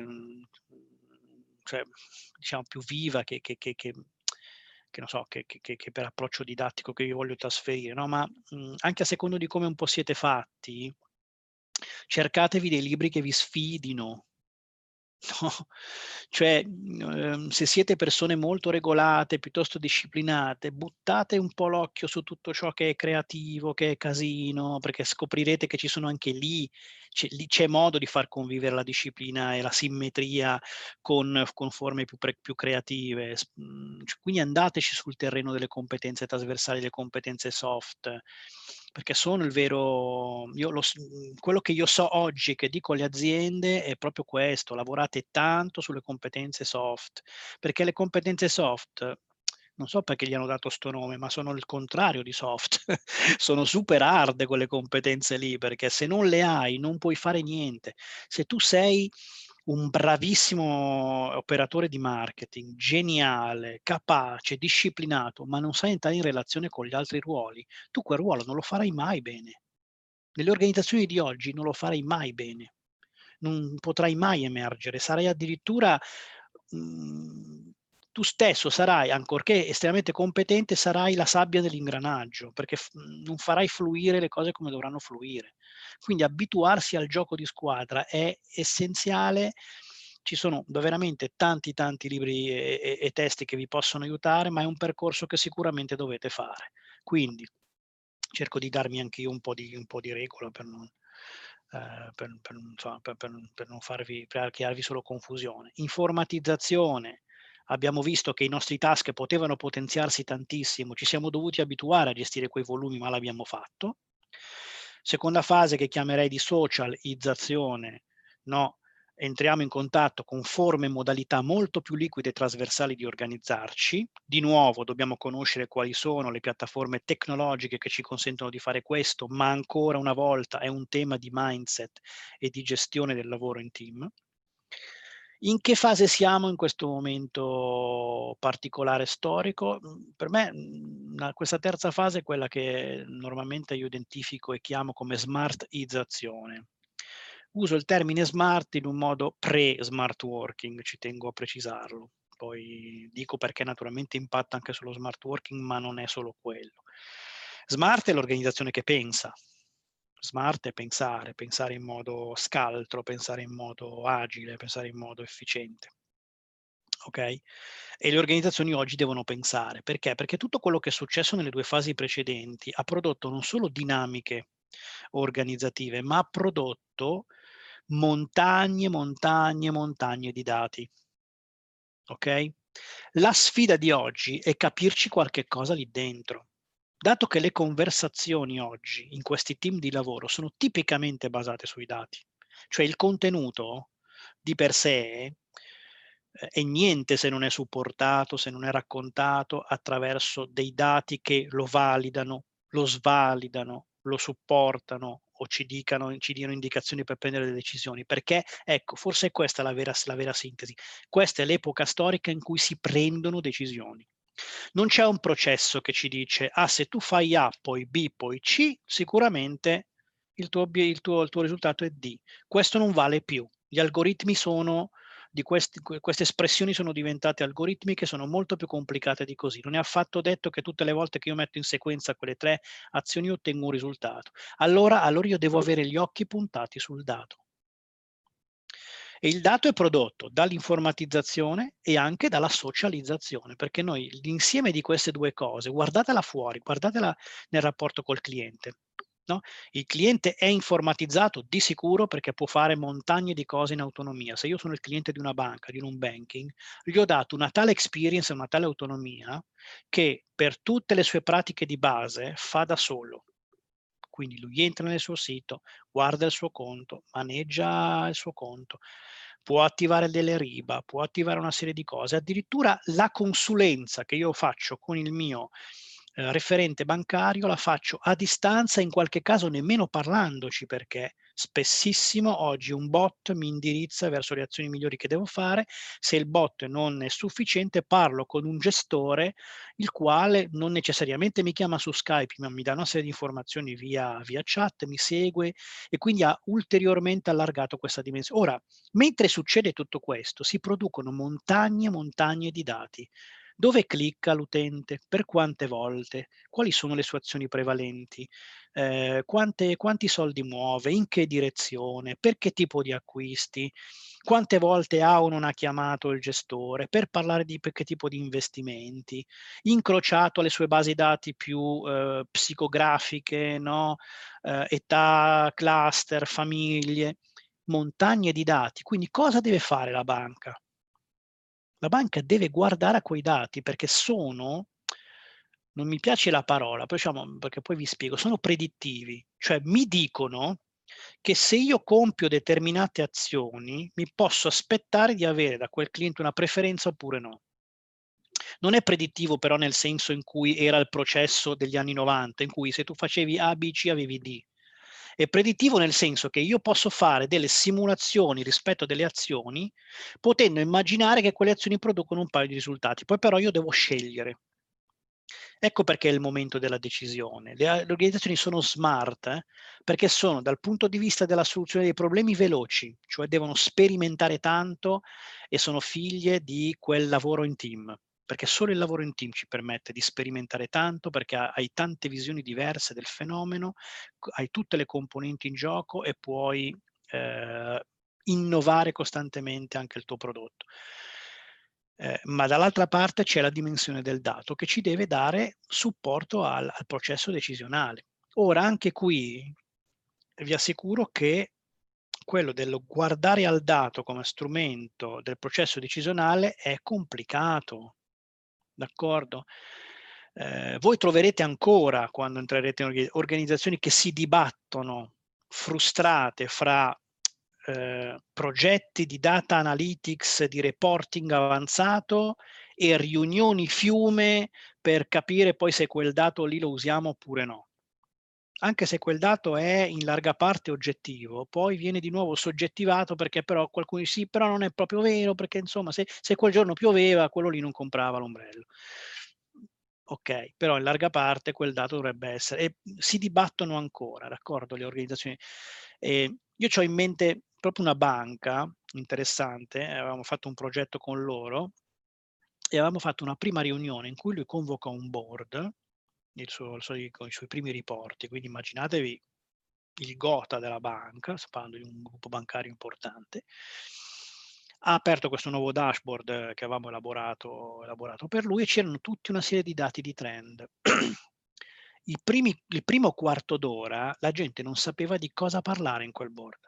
cioè, diciamo più viva, che, che, che, che che non so, che, che, che per approccio didattico che io voglio trasferire, no? Ma mh, anche a secondo di come un po' siete fatti, cercatevi dei libri che vi sfidino, no? Cioè, ehm, se siete persone molto regolate, piuttosto disciplinate, buttate un po' l'occhio su tutto ciò che è creativo, che è casino, perché scoprirete che ci sono anche lì, c'è, lì c'è modo di far convivere la disciplina e la simmetria con, con forme più, pre, più creative. Quindi andateci sul terreno delle competenze trasversali, delle competenze soft, perché sono il vero, io lo, quello che io so oggi, che dico alle aziende, è proprio questo: lavorate tanto sulle competenze soft, perché le competenze soft, non so perché gli hanno dato sto nome, ma sono il contrario di soft, sono super hard quelle competenze lì, perché se non le hai non puoi fare niente. Se tu sei un bravissimo operatore di marketing, geniale, capace, disciplinato, ma non sai entrare in relazione con gli altri ruoli, tu quel ruolo non lo farai mai bene. Nelle organizzazioni di oggi non lo farai mai bene, non potrai mai emergere, sarai addirittura, mh, tu stesso sarai, ancorché estremamente competente, sarai la sabbia dell'ingranaggio, perché f- non farai fluire le cose come dovranno fluire. Quindi abituarsi al gioco di squadra è essenziale. Ci sono veramente tanti tanti libri e, e, e testi che vi possono aiutare, ma è un percorso che sicuramente dovete fare. Quindi cerco di darmi anche io un po' di, un po' di regola per non, eh, per, per, insomma, per, per, per non farvi, per crearvi solo confusione. Informatizzazione. Abbiamo visto che i nostri task potevano potenziarsi tantissimo, ci siamo dovuti abituare a gestire quei volumi, ma l'abbiamo fatto. Seconda fase, che chiamerei di socializzazione, no? Entriamo in contatto con forme e modalità molto più liquide e trasversali di organizzarci. Di nuovo dobbiamo conoscere quali sono le piattaforme tecnologiche che ci consentono di fare questo, ma ancora una volta è un tema di mindset e di gestione del lavoro in team. In che fase siamo in questo momento particolare storico? Per me questa terza fase è quella che normalmente io identifico e chiamo come smartizzazione. Uso il termine smart in un modo pre-smart working, ci tengo a precisarlo. Poi dico perché naturalmente impatta anche sullo smart working, ma non è solo quello. Smart è l'organizzazione che pensa. Smart è pensare, pensare in modo scaltro, pensare in modo agile, pensare in modo efficiente. Ok? E le organizzazioni oggi devono pensare. Perché? Perché tutto quello che è successo nelle due fasi precedenti ha prodotto non solo dinamiche organizzative, ma ha prodotto montagne, montagne, montagne di dati. Ok? La sfida di oggi è capirci qualche cosa lì dentro. Dato che le conversazioni oggi in questi team di lavoro sono tipicamente basate sui dati, cioè il contenuto di per sé è niente se non è supportato, se non è raccontato attraverso dei dati che lo validano, lo svalidano, lo supportano o ci dicano, ci diano indicazioni per prendere le decisioni, perché ecco, forse è questa la vera, la vera sintesi. Questa è l'epoca storica in cui si prendono decisioni. Non c'è un processo che ci dice, ah, se tu fai A, poi B, poi C, sicuramente il tuo, il tuo, il tuo risultato è D. Questo non vale più. Gli algoritmi sono, di questi, queste espressioni sono diventate algoritmiche, sono molto più complicate di così. Non è affatto detto che tutte le volte che io metto in sequenza quelle tre azioni ottengo un risultato. Allora, allora io devo avere gli occhi puntati sul dato. E il dato è prodotto dall'informatizzazione e anche dalla socializzazione, perché noi l'insieme di queste due cose, guardatela fuori, guardatela nel rapporto col cliente. No? Il cliente è informatizzato di sicuro perché può fare montagne di cose in autonomia. Se io sono il cliente di una banca, di un banking, gli ho dato una tale experience, una tale autonomia che per tutte le sue pratiche di base fa da solo. Quindi lui entra nel suo sito, guarda il suo conto, maneggia il suo conto, può attivare delle riba, può attivare una serie di cose. Addirittura la consulenza che io faccio con il mio eh, referente bancario la faccio a distanza, in qualche caso nemmeno parlandoci, perché spessissimo oggi un bot mi indirizza verso le azioni migliori che devo fare. Se il bot non è sufficiente, parlo con un gestore, il quale non necessariamente mi chiama su Skype, ma mi dà una serie di informazioni via, via chat, mi segue e quindi ha ulteriormente allargato questa dimensione. Ora, mentre succede tutto questo, si producono montagne e montagne di dati. Dove clicca l'utente? Per quante volte? Quali sono le sue azioni prevalenti? Eh, quante, quanti soldi muove? In che direzione? Per che tipo di acquisti? Quante volte ha o non ha chiamato il gestore? Per parlare di per che tipo di investimenti? Incrociato alle sue basi dati più eh, psicografiche, no? eh, età, cluster, famiglie, montagne di dati. Quindi cosa deve fare la banca? La banca deve guardare a quei dati perché sono, non mi piace la parola, diciamo, perché poi vi spiego, sono predittivi, cioè mi dicono che se io compio determinate azioni mi posso aspettare di avere da quel cliente una preferenza oppure no. Non è predittivo però nel senso in cui era il processo degli anni novanta, in cui se tu facevi A, B, C avevi D. È predittivo nel senso che io posso fare delle simulazioni rispetto a delle azioni, potendo immaginare che quelle azioni producono un paio di risultati, poi però io devo scegliere. Ecco perché è il momento della decisione. Le, le organizzazioni sono smart eh, perché sono dal punto di vista della soluzione dei problemi veloci, cioè devono sperimentare tanto e sono figlie di quel lavoro in team. Perché solo il lavoro in team ci permette di sperimentare tanto, perché hai tante visioni diverse del fenomeno, hai tutte le componenti in gioco e puoi eh, innovare costantemente anche il tuo prodotto. Eh, ma dall'altra parte c'è la dimensione del dato che ci deve dare supporto al, al processo decisionale. Ora, anche qui vi assicuro che quello del guardare al dato come strumento del processo decisionale è complicato, d'accordo? Eh, voi troverete ancora, quando entrerete in organizzazioni che si dibattono frustrate fra eh, progetti di data analytics, di reporting avanzato e riunioni fiume per capire poi se quel dato lì lo usiamo oppure no. Anche se quel dato è in larga parte oggettivo, poi viene di nuovo soggettivato perché però qualcuno dice sì, però non è proprio vero, perché insomma se, se quel giorno pioveva, quello lì non comprava l'ombrello. Ok, però in larga parte quel dato dovrebbe essere, e si dibattono ancora, d'accordo, le organizzazioni. E io ho in mente proprio una banca interessante, avevamo fatto un progetto con loro e avevamo fatto una prima riunione in cui lui convoca un board, il suo, il suo, con i suoi primi riporti, quindi immaginatevi il gotha della banca, sto parlando di un gruppo bancario importante, ha aperto questo nuovo dashboard che avevamo elaborato, elaborato per lui e c'erano tutta una serie di dati di trend. I primi, il primo quarto d'ora la gente non sapeva di cosa parlare in quel board.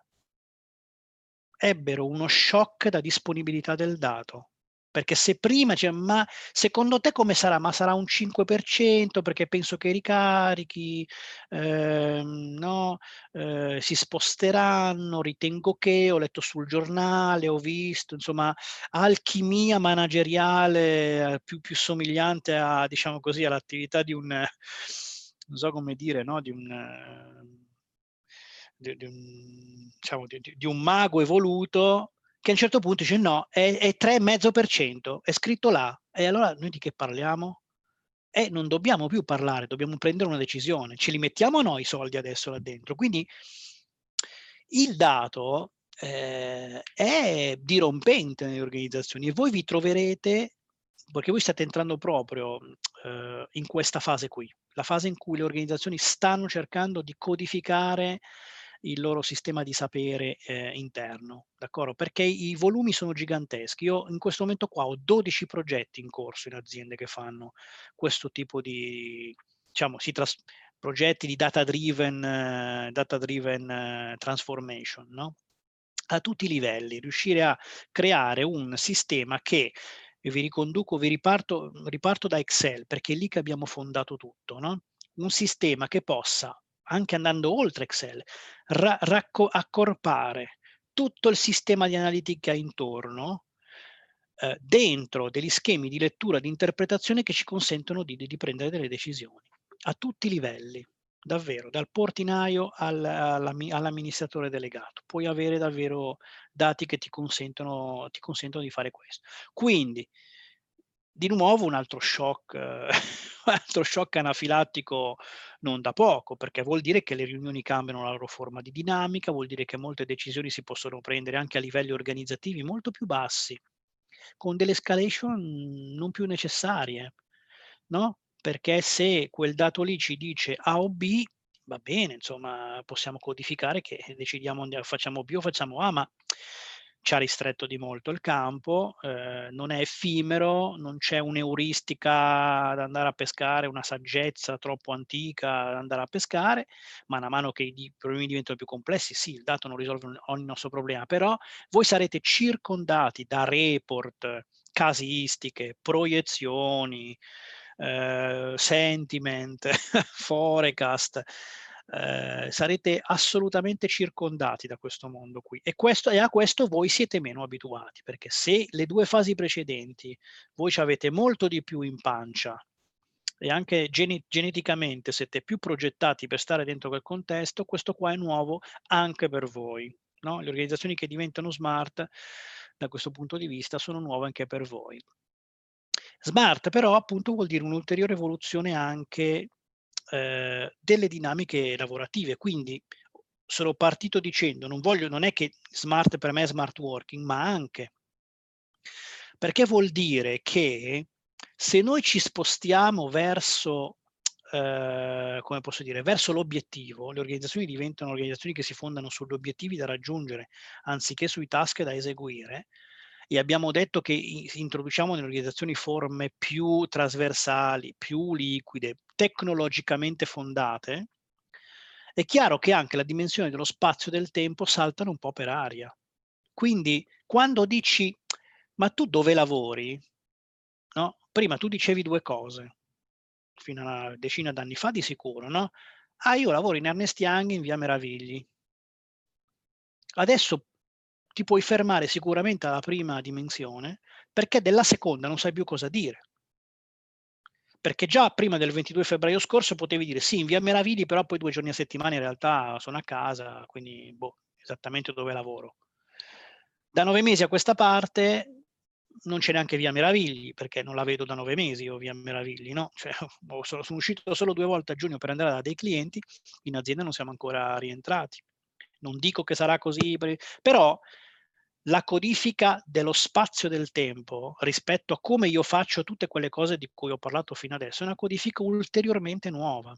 Ebbero uno shock da disponibilità del dato. Perché se prima, cioè, ma secondo te come sarà? Ma sarà un cinque per cento perché penso che i ricarichi ehm, no, eh, si sposteranno, ritengo che, ho letto sul giornale, ho visto, insomma, alchimia manageriale eh, più, più somigliante a, diciamo così, all'attività di un, non so come dire, no, di un... di, di un, diciamo, di, di un mago evoluto che a un certo punto dice no, è, è tre virgola cinque per cento, è scritto là, e allora noi di che parliamo? E non dobbiamo più parlare, dobbiamo prendere una decisione, ce li mettiamo noi i soldi adesso là dentro, quindi il dato eh, è dirompente nelle organizzazioni e voi vi troverete, perché voi state entrando proprio eh, in questa fase qui, la fase in cui le organizzazioni stanno cercando di codificare il loro sistema di sapere eh, interno, d'accordo? Perché i volumi sono giganteschi. Io in questo momento qua ho dodici progetti in corso in aziende che fanno questo tipo di, diciamo, si tras- progetti di data driven, uh, data driven uh, transformation, no? A tutti i livelli, riuscire a creare un sistema che, e vi riconduco, vi riparto, riparto da Excel, perché è lì che abbiamo fondato tutto, no? Un sistema che possa, anche andando oltre Excel, ra- racco- accorpare tutto il sistema di analitica intorno eh, dentro degli schemi di lettura, di interpretazione che ci consentono di, di prendere delle decisioni a tutti i livelli, davvero, dal portinaio al, all'amministratore delegato. Puoi avere davvero dati che ti consentono, ti consentono di fare questo. Quindi, di nuovo un altro shock, eh, un altro shock anafilattico non da poco, perché vuol dire che le riunioni cambiano la loro forma di dinamica, vuol dire che molte decisioni si possono prendere anche a livelli organizzativi molto più bassi, con delle escalation non più necessarie, no? Perché se quel dato lì ci dice A o B, va bene, insomma, possiamo codificare che decidiamo, facciamo B o facciamo A, ma ci ha ristretto di molto il campo, eh, non è effimero, non c'è un'euristica da andare a pescare, una saggezza troppo antica da andare a pescare, man mano che i problemi diventano più complessi, sì, il dato non risolve ogni nostro problema, però voi sarete circondati da report, casistiche, proiezioni, eh, sentiment, forecast, eh, sarete assolutamente circondati da questo mondo qui e, questo, e a questo voi siete meno abituati, perché se le due fasi precedenti voi ci avete molto di più in pancia e anche gene- geneticamente siete più progettati per stare dentro quel contesto, questo qua è nuovo anche per voi. No? Le organizzazioni che diventano smart da questo punto di vista sono nuove anche per voi. Smart però appunto vuol dire un'ulteriore evoluzione anche eh, delle dinamiche lavorative, quindi sono partito dicendo non voglio, non è che smart per me è smart working, ma anche perché vuol dire che se noi ci spostiamo verso eh, come posso dire, verso l'obiettivo, le organizzazioni diventano organizzazioni che si fondano sugli obiettivi da raggiungere anziché sui task da eseguire, e abbiamo detto che introduciamo nelle organizzazioni forme più trasversali, più liquide, tecnologicamente fondate, è chiaro che anche la dimensione dello spazio e del tempo saltano un po' per aria. Quindi quando dici ma tu dove lavori? No? Prima tu dicevi due cose, fino a una decina d'anni fa di sicuro, no? Ah, io lavoro in Ernest Young in via Meravigli. Adesso ti puoi fermare sicuramente alla prima dimensione, perché della seconda non sai più cosa dire. Perché già prima del ventidue febbraio scorso potevi dire sì, in via Meravigli, però poi due giorni a settimana in realtà sono a casa, quindi boh, esattamente dove lavoro. Da nove mesi a questa parte non c'è neanche via Meravigli, perché non la vedo da nove mesi io via Meravigli, no? Cioè, sono, sono uscito solo due volte a giugno per andare da dei clienti, in azienda non siamo ancora rientrati. Non dico che sarà così, però la codifica dello spazio del tempo rispetto a come io faccio tutte quelle cose di cui ho parlato fino adesso è una codifica ulteriormente nuova.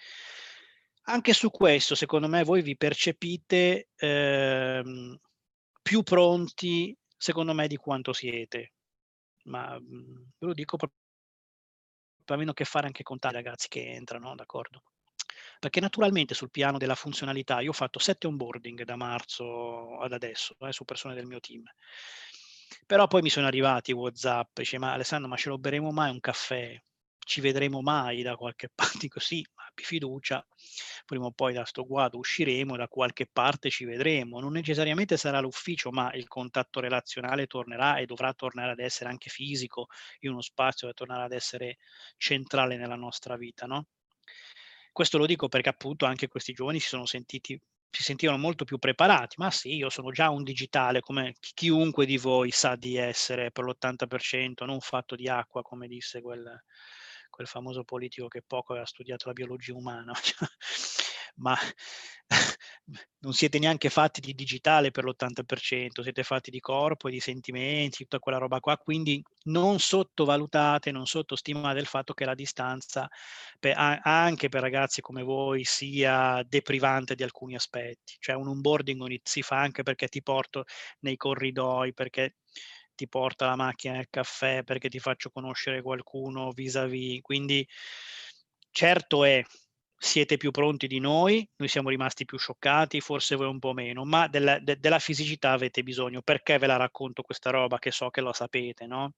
Anche su questo, secondo me, voi vi percepite ehm, più pronti, secondo me, di quanto siete. Ma mh, ve lo dico proprio avendo a che fare anche con tanti ragazzi che entrano, d'accordo? Perché naturalmente sul piano della funzionalità io ho fatto sette onboarding da marzo ad adesso eh, su persone del mio team. Però poi mi sono arrivati WhatsApp, dice ma Alessandro, ma ce lo beremo mai un caffè? Ci vedremo mai da qualche parte? Così, abbi fiducia, prima o poi da sto guado usciremo, da qualche parte ci vedremo. Non necessariamente sarà l'ufficio, ma il contatto relazionale tornerà e dovrà tornare ad essere anche fisico in uno spazio che tornerà ad essere centrale nella nostra vita, no? Questo lo dico perché appunto anche questi giovani si sono sentiti si sentivano molto più preparati. Ma sì, io sono già un digitale, come chiunque di voi sa di essere, per l'ottanta per cento, non fatto di acqua, come disse quel, quel famoso politico che poco aveva studiato la biologia umana. Ma non siete neanche fatti di digitale per l'ottanta per cento, siete fatti di corpo e di sentimenti, tutta quella roba qua, quindi non sottovalutate, non sottostimate il fatto che la distanza per, anche per ragazzi come voi sia deprivante di alcuni aspetti. Cioè un onboarding si fa anche perché ti porto nei corridoi, perché ti porta la macchina del caffè, perché ti faccio conoscere qualcuno vis-à-vis, quindi certo è, siete più pronti di noi, noi siamo rimasti più scioccati, forse voi un po' meno, ma della, de, della fisicità avete bisogno. Perché ve la racconto questa roba, che so che lo sapete, no?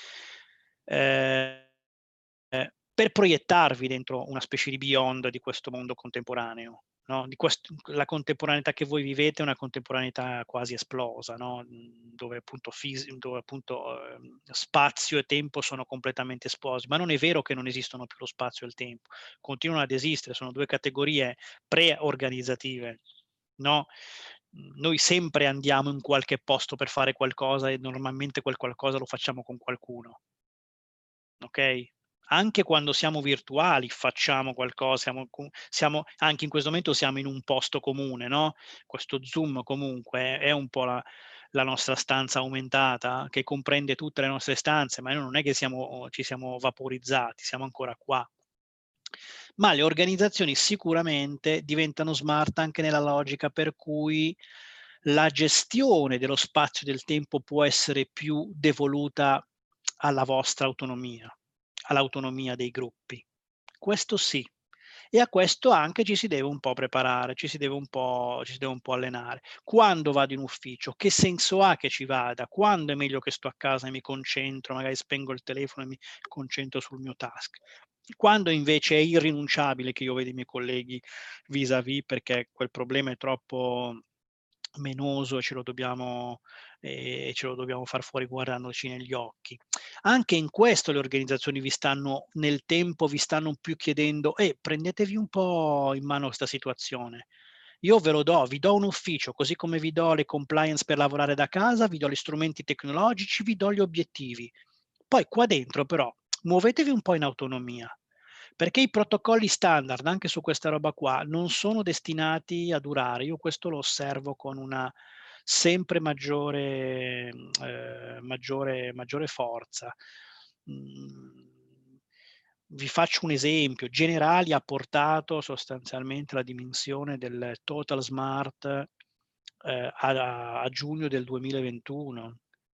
Eh, eh, per proiettarvi dentro una specie di beyond di questo mondo contemporaneo. No? Di questo, la contemporaneità che voi vivete è una contemporaneità quasi esplosa, no? dove appunto, fisi, dove appunto eh, spazio e tempo sono completamente esplosi, ma non è vero che non esistono più lo spazio e il tempo, continuano ad esistere, sono due categorie pre-organizzative. No? Noi sempre andiamo in qualche posto per fare qualcosa e normalmente quel qualcosa lo facciamo con qualcuno. Ok? Anche quando siamo virtuali facciamo qualcosa, siamo, siamo, anche in questo momento siamo in un posto comune, no? Questo Zoom comunque è un po' la, la nostra stanza aumentata che comprende tutte le nostre stanze, ma noi non è che siamo, ci siamo vaporizzati, siamo ancora qua. Ma le organizzazioni sicuramente diventano smart anche nella logica per cui la gestione dello spazio e del tempo può essere più devoluta alla vostra autonomia, all'autonomia dei gruppi. Questo sì. E a questo anche ci si deve un po' preparare, ci si deve un po', ci si deve un po' allenare. Quando vado in ufficio, che senso ha che ci vada? Quando è meglio che sto a casa e mi concentro, magari spengo il telefono e mi concentro sul mio task? Quando invece è irrinunciabile che io veda i miei colleghi vis-à-vis perché quel problema è troppo menoso e ce lo dobbiamo, e ce lo dobbiamo far fuori guardandoci negli occhi. Anche in questo le organizzazioni vi stanno, nel tempo, vi stanno più chiedendo eh, prendetevi un po' in mano questa situazione. Io ve lo do, vi do un ufficio, così come vi do le compliance per lavorare da casa, vi do gli strumenti tecnologici, vi do gli obiettivi. Poi qua dentro però muovetevi un po' in autonomia, perché i protocolli standard anche su questa roba qua non sono destinati a durare. Io questo lo osservo con una sempre maggiore, eh, maggiore, maggiore forza. Mm, vi faccio un esempio. Generali ha portato sostanzialmente la dimensione del Total Smart eh, a, a giugno del duemilaventuno.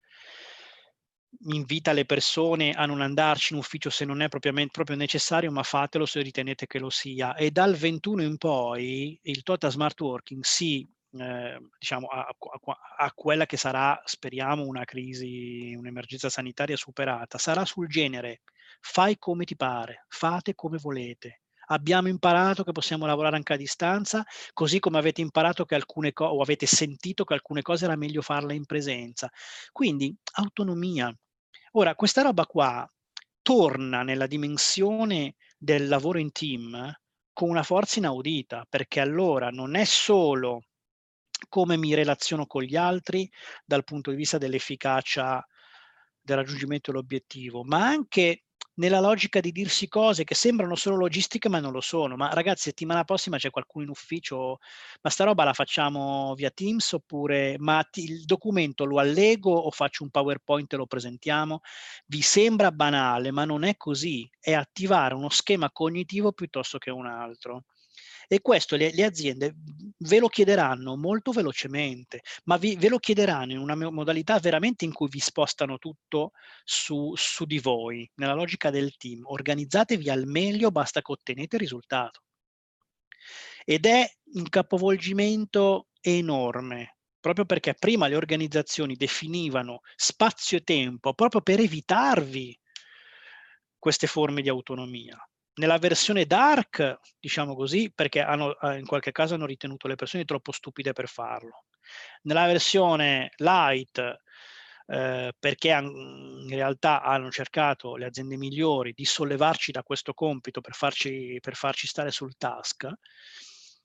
Invita le persone a non andarci in ufficio se non è propriamente proprio necessario, ma fatelo se ritenete che lo sia. E dal ventuno in poi il Total Smart Working si, eh, diciamo, a, a, a quella che sarà, speriamo, una crisi, un'emergenza sanitaria superata, sarà sul genere: fai come ti pare, fate come volete. Abbiamo imparato che possiamo lavorare anche a distanza, così come avete imparato che alcune cose, o avete sentito che alcune cose era meglio farle in presenza. Quindi autonomia. Ora, questa roba qua torna nella dimensione del lavoro in team con una forza inaudita, perché allora non è solo come mi relaziono con gli altri dal punto di vista dell'efficacia del raggiungimento dell'obiettivo, ma anche nella logica di dirsi cose che sembrano solo logistiche ma non lo sono. Ma ragazzi, settimana prossima c'è qualcuno in ufficio, ma sta roba la facciamo via Teams, oppure ma ti, il documento lo allego o faccio un PowerPoint e lo presentiamo? Vi sembra banale, ma non è così, è attivare uno schema cognitivo piuttosto che un altro. E questo le, le aziende ve lo chiederanno molto velocemente, ma vi, ve lo chiederanno in una modalità veramente in cui vi spostano tutto su, su di voi, nella logica del team. Organizzatevi al meglio, basta che ottenete il risultato. Ed è un capovolgimento enorme, proprio perché prima le organizzazioni definivano spazio e tempo proprio per evitarvi queste forme di autonomia. Nella versione dark, diciamo così, perché hanno, in qualche caso hanno ritenuto le persone troppo stupide per farlo. Nella versione light, eh, perché in realtà hanno cercato le aziende migliori di sollevarci da questo compito per farci, per farci stare sul task.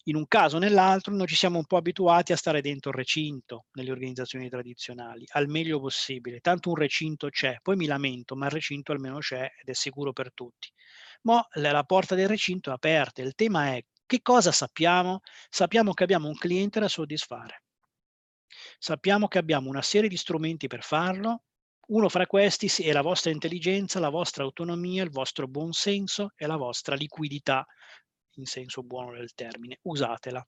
In un caso o nell'altro noi ci siamo un po' abituati a stare dentro il recinto nelle organizzazioni tradizionali, al meglio possibile. Tanto un recinto c'è, poi mi lamento, ma il recinto almeno c'è ed è sicuro per tutti. Ma la porta del recinto è aperta. Il tema è: che cosa sappiamo? Sappiamo che abbiamo un cliente da soddisfare. Sappiamo che abbiamo una serie di strumenti per farlo. Uno fra questi è la vostra intelligenza, la vostra autonomia, il vostro buon senso e la vostra liquidità, in senso buono del termine. Usatela.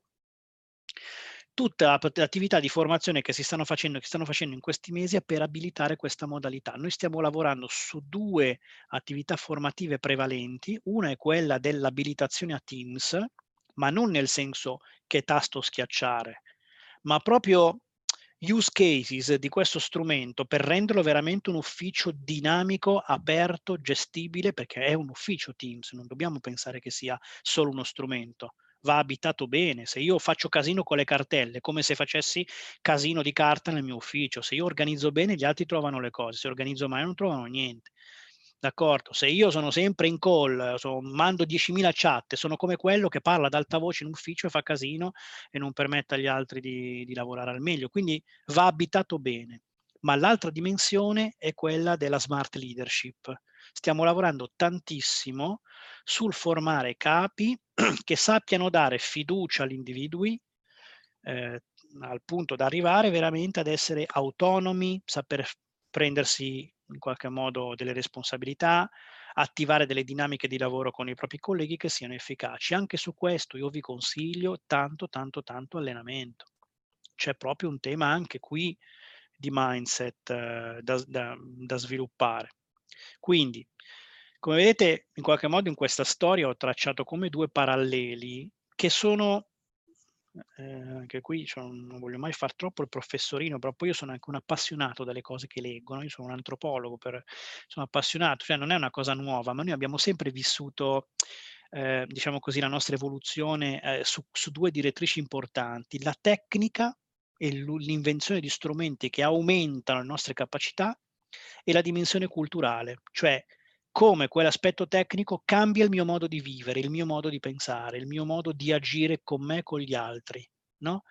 Tutta l'attività di formazione che si stanno facendo, che stanno facendo in questi mesi è per abilitare questa modalità. Noi stiamo lavorando su due attività formative prevalenti. Una è quella dell'abilitazione a Teams, ma non nel senso che tasto schiacciare, ma proprio use cases di questo strumento per renderlo veramente un ufficio dinamico, aperto, gestibile, perché è un ufficio Teams, non dobbiamo pensare che sia solo uno strumento. Va abitato bene. Se io faccio casino con le cartelle, come se facessi casino di carta nel mio ufficio. Se io organizzo bene, gli altri trovano le cose. Se organizzo male, non trovano niente. D'accordo? Se io sono sempre in call, so, mando diecimila chat, sono come quello che parla ad alta voce in ufficio e fa casino e non permette agli altri di, di lavorare al meglio. Quindi va abitato bene. Ma l'altra dimensione è quella della smart leadership. Stiamo lavorando tantissimo sul formare capi che sappiano dare fiducia agli individui, eh, al punto da arrivare veramente ad essere autonomi, saper prendersi in qualche modo delle responsabilità, attivare delle dinamiche di lavoro con i propri colleghi che siano efficaci. Anche su questo io vi consiglio tanto, tanto, tanto allenamento. C'è proprio un tema anche qui di mindset eh, da, da, da sviluppare. Quindi, come vedete, in qualche modo in questa storia ho tracciato come due paralleli che sono, eh, anche qui cioè, non voglio mai far troppo il professorino, però poi io sono anche un appassionato dalle cose che leggo, no? Io sono un antropologo, per, sono appassionato, cioè non è una cosa nuova, ma noi abbiamo sempre vissuto, eh, diciamo così, la nostra evoluzione eh, su, su due direttrici importanti, la tecnica e l'invenzione di strumenti che aumentano le nostre capacità e la dimensione culturale, cioè come quell'aspetto tecnico cambia il mio modo di vivere, il mio modo di pensare, il mio modo di agire con me e con gli altri, no?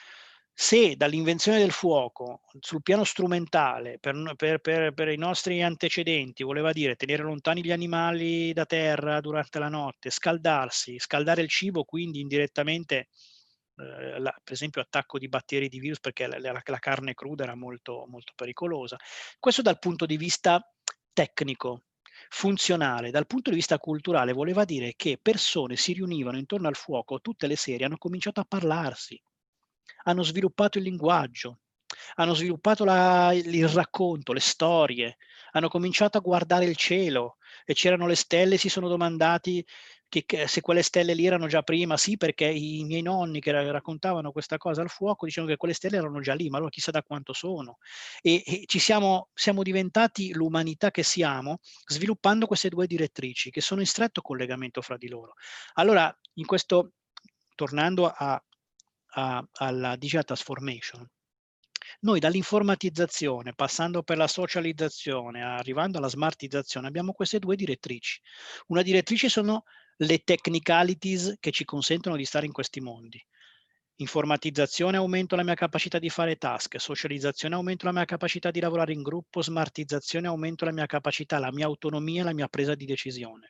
Se dall'invenzione del fuoco sul piano strumentale per, per, per, per i nostri antecedenti voleva dire tenere lontani gli animali da terra durante la notte, scaldarsi, scaldare il cibo, quindi indirettamente eh, la, per esempio attacco di batteri, di virus, perché la, la, la carne cruda era molto, molto pericolosa. Questo dal punto di vista tecnico. Funzionale, dal punto di vista culturale voleva dire che persone si riunivano intorno al fuoco tutte le sere, hanno cominciato a parlarsi, hanno sviluppato il linguaggio, hanno sviluppato la, il racconto, le storie, hanno cominciato a guardare il cielo e c'erano le stelle, si sono domandati che, che, se quelle stelle lì erano già prima, sì, perché i miei nonni che raccontavano questa cosa al fuoco dicevano che quelle stelle erano già lì, ma allora chissà da quanto sono. E, e ci siamo, siamo diventati l'umanità che siamo sviluppando queste due direttrici che sono in stretto collegamento fra di loro. Allora, in questo, tornando a, a, alla digital transformation, noi dall'informatizzazione, passando per la socializzazione, arrivando alla smartizzazione, abbiamo queste due direttrici. Una direttrice sono le technicalities che ci consentono di stare in questi mondi. Informatizzazione, aumento la mia capacità di fare task, socializzazione, aumento la mia capacità di lavorare in gruppo, smartizzazione, aumento la mia capacità, la mia autonomia, la mia presa di decisione.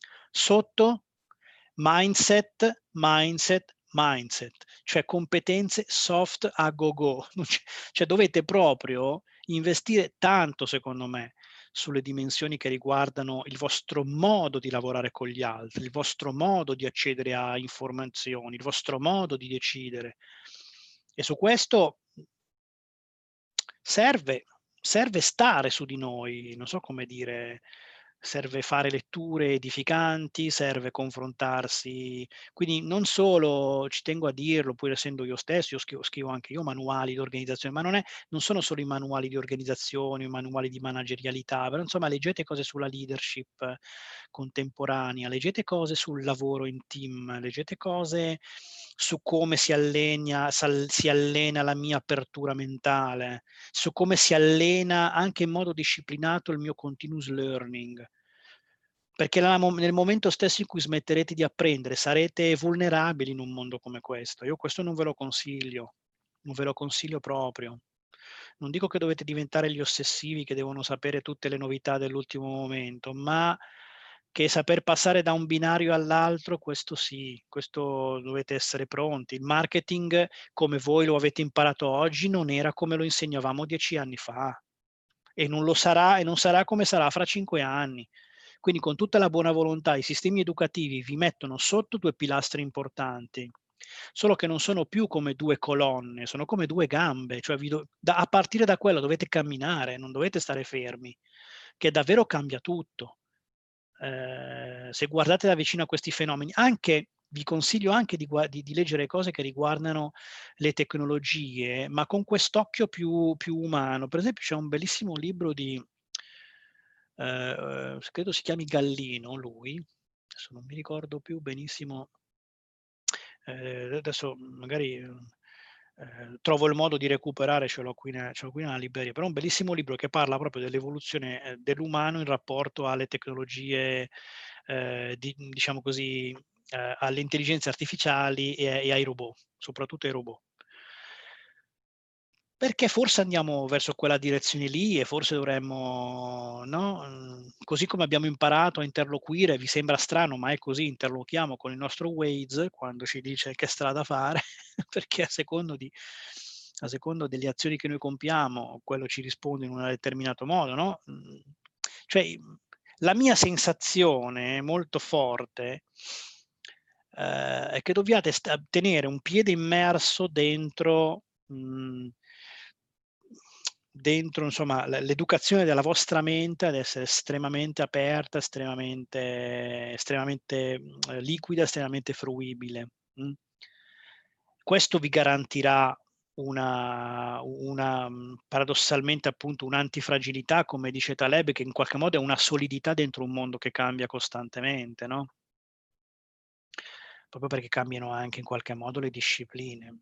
Sotto, mindset, mindset, mindset, cioè competenze soft a go-go. Cioè dovete proprio investire tanto, secondo me, sulle dimensioni che riguardano il vostro modo di lavorare con gli altri, il vostro modo di accedere a informazioni, il vostro modo di decidere. E su questo serve, serve stare su di noi, non so come dire, serve fare letture edificanti, serve confrontarsi, quindi non solo, ci tengo a dirlo, pur essendo io stesso, io scrivo, scrivo anche io manuali di organizzazione, ma non, è, non sono solo i manuali di organizzazione, i manuali di managerialità, però insomma leggete cose sulla leadership contemporanea, leggete cose sul lavoro in team, leggete cose su come si allena, si allena la mia apertura mentale, su come si allena anche in modo disciplinato il mio continuous learning. perché la, nel momento stesso in cui smetterete di apprendere sarete vulnerabili in un mondo come questo. Io questo non ve lo consiglio, non ve lo consiglio proprio. Non dico che dovete diventare gli ossessivi che devono sapere tutte le novità dell'ultimo momento, ma che saper passare da un binario all'altro, questo sì, questo dovete essere pronti. Il marketing, come voi lo avete imparato oggi, non era come lo insegnavamo dieci anni fa e non lo sarà, e non sarà come sarà fra cinque anni. Quindi con tutta la buona volontà i sistemi educativi vi mettono sotto due pilastri importanti, solo che non sono più come due colonne, sono come due gambe, cioè vi do, da, a partire da quello dovete camminare, non dovete stare fermi, che davvero cambia tutto. Eh, se guardate da vicino a questi fenomeni, anche vi consiglio anche di, di, di leggere cose che riguardano le tecnologie, ma con quest'occhio più, più umano. Per esempio c'è un bellissimo libro di, eh, credo si chiami Gallino, lui, adesso non mi ricordo più benissimo, eh, adesso magari eh, trovo il modo di recuperare, ce l'ho qui, ce l'ho qui nella libreria, però è un bellissimo libro che parla proprio dell'evoluzione eh, dell'umano in rapporto alle tecnologie, eh, di, diciamo così, eh, alle intelligenze artificiali e, e ai robot, soprattutto ai robot. Perché forse andiamo verso quella direzione lì e forse dovremmo, no? Così come abbiamo imparato a interloquire, vi sembra strano, ma è così, interloquiamo con il nostro Waze quando ci dice che strada fare, perché a secondo, di, a secondo delle azioni che noi compiamo, quello ci risponde in un determinato modo, no? Cioè, la mia sensazione molto forte eh, è che dobbiate tenere un piede immerso dentro... Mh, dentro insomma l'educazione della vostra mente ad essere estremamente aperta, estremamente, estremamente eh, liquida, estremamente fruibile. Mm? Questo vi garantirà una, una paradossalmente appunto un'antifragilità, come dice Taleb, che in qualche modo è una solidità dentro un mondo che cambia costantemente, no? Proprio perché cambiano anche in qualche modo le discipline.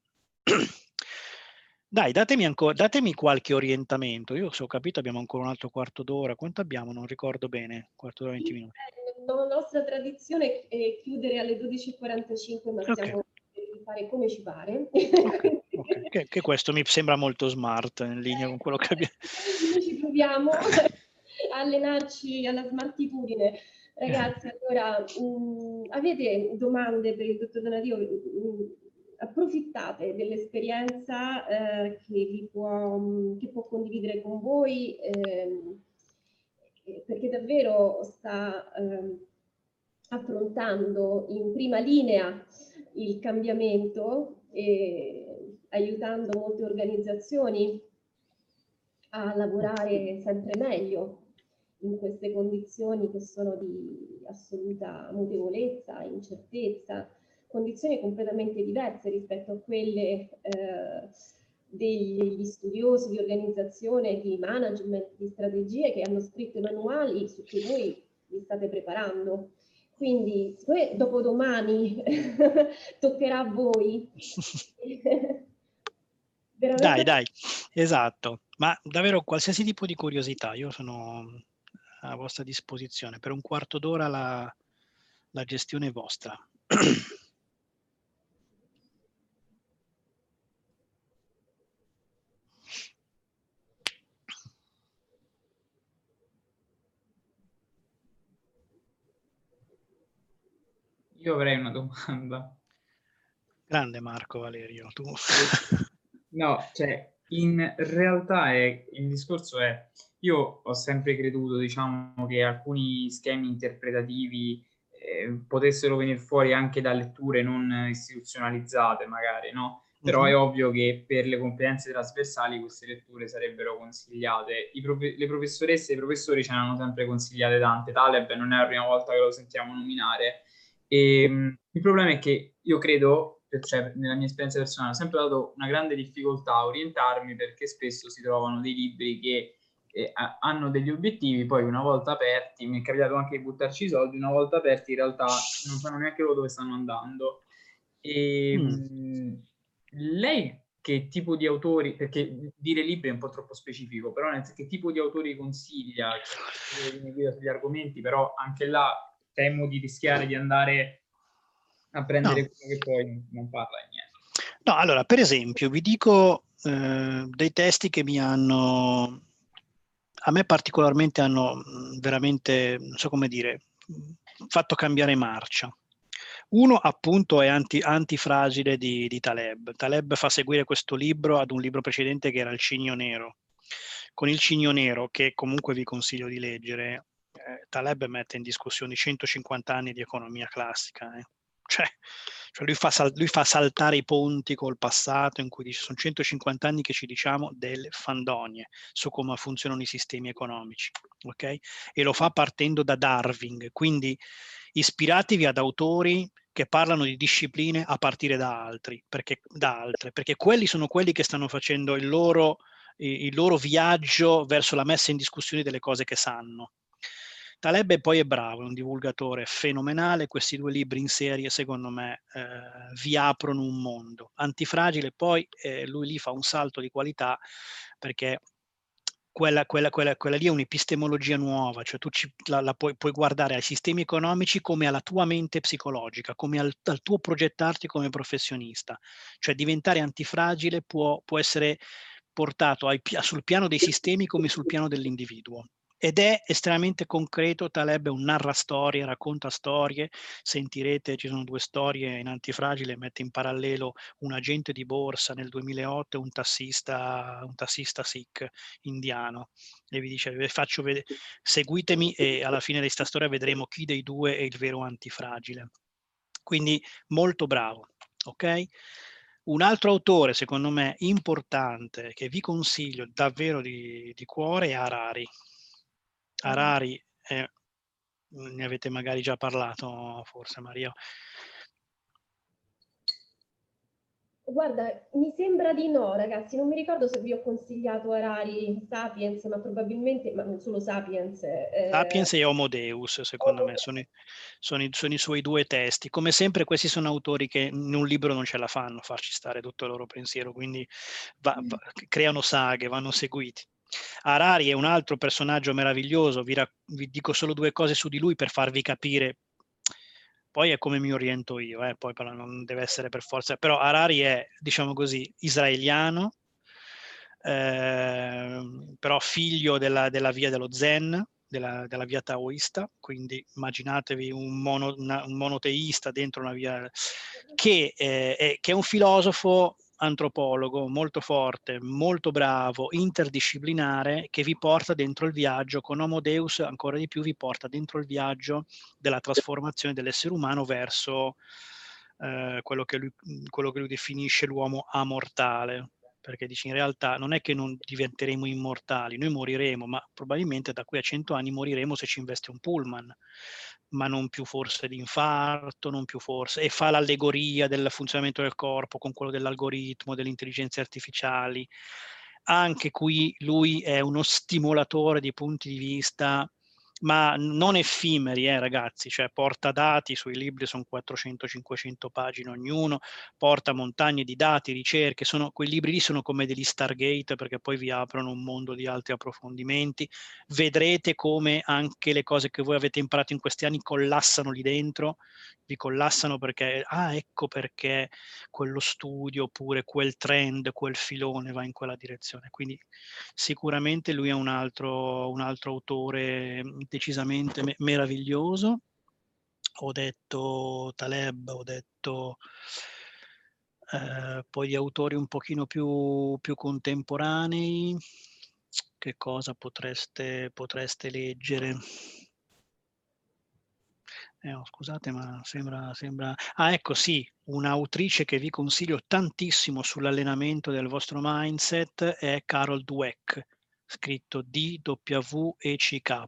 Dai, datemi, ancora, datemi qualche orientamento. Io se ho capito abbiamo ancora un altro quarto d'ora. Quanto abbiamo? Non ricordo bene. Quarto d'ora, venti minuti. La nostra tradizione è chiudere alle dodici e quarantacinque, ma okay. Stiamo a fare come ci pare. Okay, okay. Che, che questo mi sembra molto smart, in linea con quello che abbiamo. Noi ci proviamo a allenarci alla smaltitudine. Ragazzi, allora, mh, avete domande per il dottor Donadio? Mh, approfittate dell'esperienza eh, che, vi può, che può condividere con voi, ehm, perché davvero sta ehm, affrontando in prima linea il cambiamento e aiutando molte organizzazioni a lavorare sempre meglio in queste condizioni che sono di assoluta mutevolezza, incertezza, condizioni completamente diverse rispetto a quelle eh, degli studiosi di organizzazione, di management, di strategie che hanno scritto i manuali su cui voi vi state preparando. Quindi, dopodomani toccherà a voi. Dai, dai, esatto. Ma davvero qualsiasi tipo di curiosità, io sono a vostra disposizione. Per un quarto d'ora la, la gestione è vostra. Io avrei una domanda. Grande Marco Valerio, tu. No, cioè, in realtà è, il discorso è, io ho sempre creduto, diciamo, che alcuni schemi interpretativi eh, potessero venire fuori anche da letture non istituzionalizzate, magari, no? Però uh-huh. è ovvio che per le competenze trasversali queste letture sarebbero consigliate. I prof- le professoresse e i professori ce ne hanno sempre consigliate tante. Taleb non è la prima volta che lo sentiamo nominare. E, mh, il problema è che io credo, cioè nella mia esperienza personale, ho sempre dato una grande difficoltà a orientarmi perché spesso si trovano dei libri che eh, hanno degli obiettivi, poi una volta aperti, mi è capitato anche di buttarci i soldi, una volta aperti in realtà non sanno neanche loro dove stanno andando. E, mm. mh, lei che tipo di autori, perché dire libri è un po' troppo specifico, però nel senso che tipo di autori consiglia, cioè, linee guida sugli argomenti, però anche là temo di rischiare di andare a prendere No. quello che poi non parla di niente. No, allora, per esempio, vi dico eh, dei testi che mi hanno, a me particolarmente hanno mh, veramente, non so come dire, mh, fatto cambiare marcia. Uno appunto è anti, Antifragile di, di Taleb. Taleb fa seguire questo libro ad un libro precedente che era Il Cigno Nero. Con Il Cigno Nero, che comunque vi consiglio di leggere, eh, Taleb mette in discussione i centocinquanta anni di economia classica. Eh. Cioè, cioè lui, fa sal- lui fa saltare i ponti col passato, in cui dice sono centocinquanta anni che ci diciamo delle fandonie su come funzionano i sistemi economici, ok? E lo fa partendo da Darwin, quindi ispiratevi ad autori che parlano di discipline a partire da altri, perché, da altre, perché quelli sono quelli che stanno facendo il loro, il loro viaggio verso la messa in discussione delle cose che sanno. Taleb poi è bravo, è un divulgatore fenomenale, questi due libri in serie secondo me eh, vi aprono un mondo. Antifragile poi eh, lui lì fa un salto di qualità perché quella, quella, quella, quella lì è un'epistemologia nuova, cioè tu ci, la, la puoi, puoi guardare ai sistemi economici come alla tua mente psicologica, come al, al tuo progettarti come professionista, cioè diventare antifragile può, può essere portato ai, sul piano dei sistemi come sul piano dell'individuo. Ed è estremamente concreto. Taleb è un narrastorie, racconta storie, sentirete, ci sono due storie in Antifragile, mette in parallelo un agente di borsa nel duemilaotto e un tassista, un tassista sikh indiano, e vi dice, vi faccio vedere, seguitemi e alla fine di questa storia vedremo chi dei due è il vero Antifragile. Quindi molto bravo, ok? Un altro autore, secondo me, importante, che vi consiglio davvero di, di cuore è Harari. Harari, è, ne avete magari già parlato, forse Maria. Guarda, mi sembra di no, ragazzi, non mi ricordo se vi ho consigliato Harari, Sapiens, ma probabilmente, ma non solo Sapiens. Eh, Sapiens e Homo Deus, secondo Homo me, sono i, sono, i, sono i suoi due testi. Come sempre questi sono autori che in un libro non ce la fanno a farci stare tutto il loro pensiero, quindi va, va, creano saghe, vanno seguiti. Harari è un altro personaggio meraviglioso, vi, vi dico solo due cose su di lui per farvi capire. Poi è come mi oriento io, eh, poi però non deve essere per forza. Però Harari è, diciamo così, israeliano, eh, però figlio della, della via dello Zen, della, della via taoista, quindi immaginatevi un, mono, una, un monoteista dentro una via, che, eh, è, che è un filosofo antropologo molto forte, molto bravo, interdisciplinare, che vi porta dentro il viaggio, con Homo Deus ancora di più vi porta dentro il viaggio della trasformazione dell'essere umano verso eh, quello, che lui, quello che lui definisce l'uomo amortale, perché dice in realtà non è che non diventeremo immortali, noi moriremo, ma probabilmente da qui a cento anni moriremo se ci investe un pullman, ma non più forse di infarto, non più forse, e fa l'allegoria del funzionamento del corpo con quello dell'algoritmo, delle intelligenze artificiali. Anche qui lui è uno stimolatore di punti di vista, ma non effimeri, eh, ragazzi, cioè porta dati, sui libri sono quattrocento cinquecento pagine ognuno, porta montagne di dati, ricerche, sono, quei libri lì sono come degli Stargate perché poi vi aprono un mondo di altri approfondimenti, vedrete come anche le cose che voi avete imparato in questi anni collassano lì dentro, vi collassano perché, ah, ecco perché quello studio oppure quel trend, quel filone va in quella direzione. Quindi sicuramente lui è un altro, un altro autore decisamente me- meraviglioso. Ho detto Taleb, ho detto eh, poi di autori un pochino più, più contemporanei. Che cosa potreste, potreste leggere? Eh, oh, scusate, ma sembra, sembra... Ah, ecco, sì, un'autrice che vi consiglio tantissimo sull'allenamento del vostro mindset è Carol Dweck, scritto D W E C K.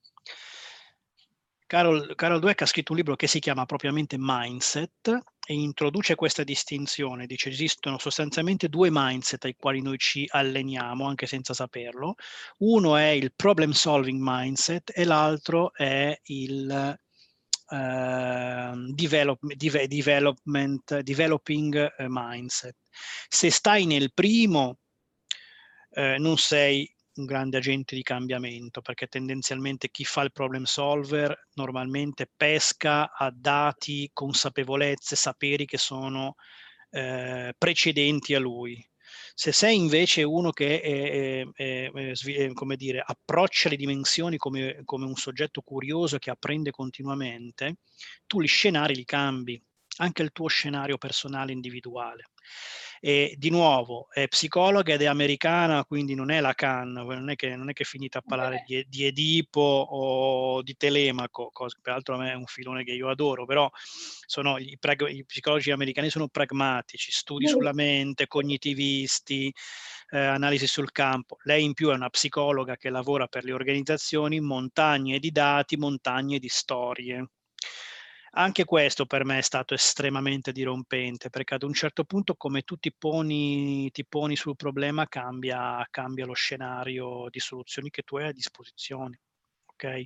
Carol, Carol Dweck ha scritto un libro che si chiama propriamente Mindset e introduce questa distinzione. Dice esistono sostanzialmente due mindset ai quali noi ci alleniamo anche senza saperlo. Uno è il problem solving mindset e l'altro è il eh, develop, dive, development, developing mindset. Se stai nel primo, eh, non sei un grande agente di cambiamento, perché tendenzialmente chi fa il problem solver normalmente pesca a dati, consapevolezze, saperi che sono eh, precedenti a lui. Se sei invece uno che è, è, è, è, come dire, approccia le dimensioni come, come un soggetto curioso che apprende continuamente, tu gli scenari li cambi, anche il tuo scenario personale individuale. E di nuovo è psicologa ed è americana, quindi non è Lacan, non è che, non è, che è finita a parlare di, di Edipo o di Telemaco, cosa, peraltro a me è un filone che io adoro, però sono i, prag- i psicologi americani sono pragmatici, studi sulla mente, cognitivisti, eh, analisi sul campo. Lei in più è una psicologa che lavora per le organizzazioni, montagne di dati, montagne di storie. Anche questo per me è stato estremamente dirompente, perché ad un certo punto, come tu ti poni, ti poni sul problema, cambia, cambia lo scenario di soluzioni che tu hai a disposizione. Ok?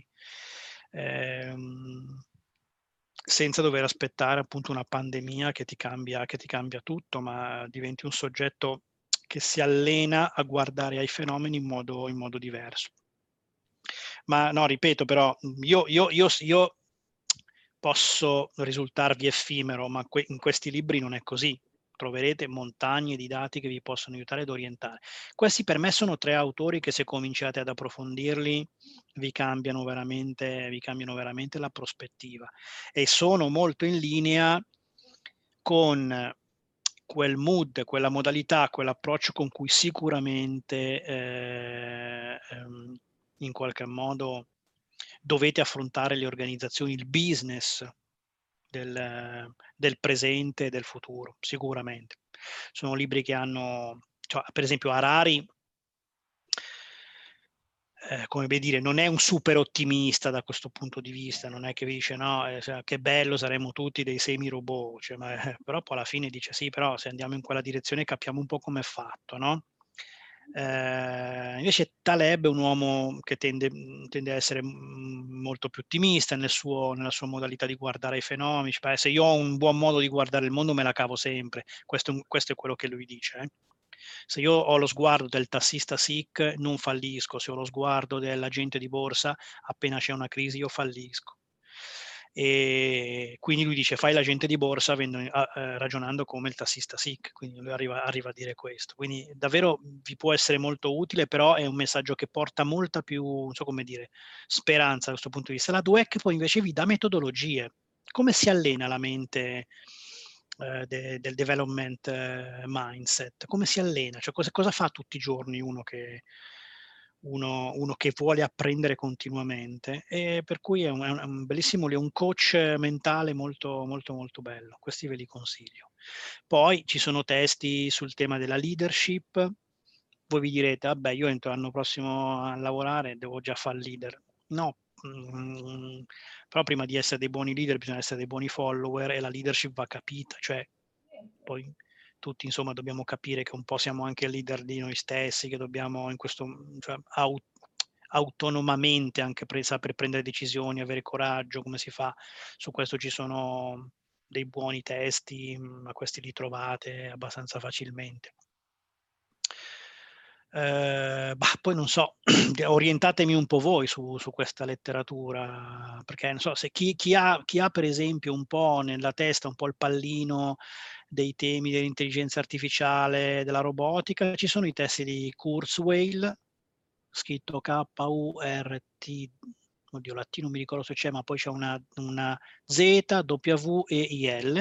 Ehm, senza dover aspettare appunto una pandemia che ti cambia, che ti cambia tutto, ma diventi un soggetto che si allena a guardare ai fenomeni in modo, in modo diverso. Ma no, ripeto, però, io, io, io, io posso risultarvi effimero, ma que- in questi libri non è così. Troverete montagne di dati che vi possono aiutare ad orientare. Questi per me sono tre autori che, se cominciate ad approfondirli, vi cambiano veramente, vi cambiano veramente la prospettiva, e sono molto in linea con quel mood, quella modalità, quell'approccio con cui sicuramente eh, ehm, in qualche modo dovete affrontare le organizzazioni, il business del, del presente e del futuro, sicuramente. Sono libri che hanno, cioè, per esempio Harari, eh, come ben dire, non è un super ottimista da questo punto di vista, non è che dice no, eh, che bello, saremo tutti dei semi-robot, cioè, ma, eh, però poi alla fine dice sì, però se andiamo in quella direzione capiamo un po' come è fatto, no? Eh, invece Taleb è un uomo che tende, tende a essere molto più ottimista nel suo, nella sua modalità di guardare i fenomeni. Cioè, se io ho un buon modo di guardare il mondo me la cavo sempre, questo, questo è quello che lui dice. Eh. Se io ho lo sguardo del tassista sic non fallisco, se ho lo sguardo dell'agente di borsa appena c'è una crisi io fallisco. E quindi lui dice fai l'agente di borsa avendo, eh, ragionando come il tassista sic, quindi lui arriva, arriva a dire questo. Quindi davvero vi può essere molto utile, però è un messaggio che porta molta più, non so come dire, speranza da questo punto di vista. La Dweck poi invece vi dà metodologie, come si allena la mente eh, de, del development eh, mindset, come si allena, cioè cosa, cosa fa tutti i giorni uno che Uno, uno che vuole apprendere continuamente, e per cui è un, è un bellissimo, è un coach mentale molto molto molto bello. Questi ve li consiglio. Poi ci sono testi sul tema della leadership. Voi vi direte vabbè, io entro l'anno prossimo a lavorare, devo già fare leader. No, mm, però prima di essere dei buoni leader bisogna essere dei buoni follower, e la leadership va capita, cioè poi tutti insomma dobbiamo capire che un po' siamo anche leader di noi stessi, che dobbiamo in questo, cioè, aut- autonomamente anche pre- saper prendere decisioni, avere coraggio, come si fa. Su questo ci sono dei buoni testi, ma questi li trovate abbastanza facilmente. Eh, bah, poi non so, orientatemi un po' voi su, su questa letteratura, perché non so se chi, chi, ha, chi ha per esempio un po' nella testa un po' il pallino dei temi dell'intelligenza artificiale, della robotica, ci sono i testi di Kurzweil, scritto K U R T, oddio latino mi ricordo se c'è, ma poi c'è una, una Z, W E I L.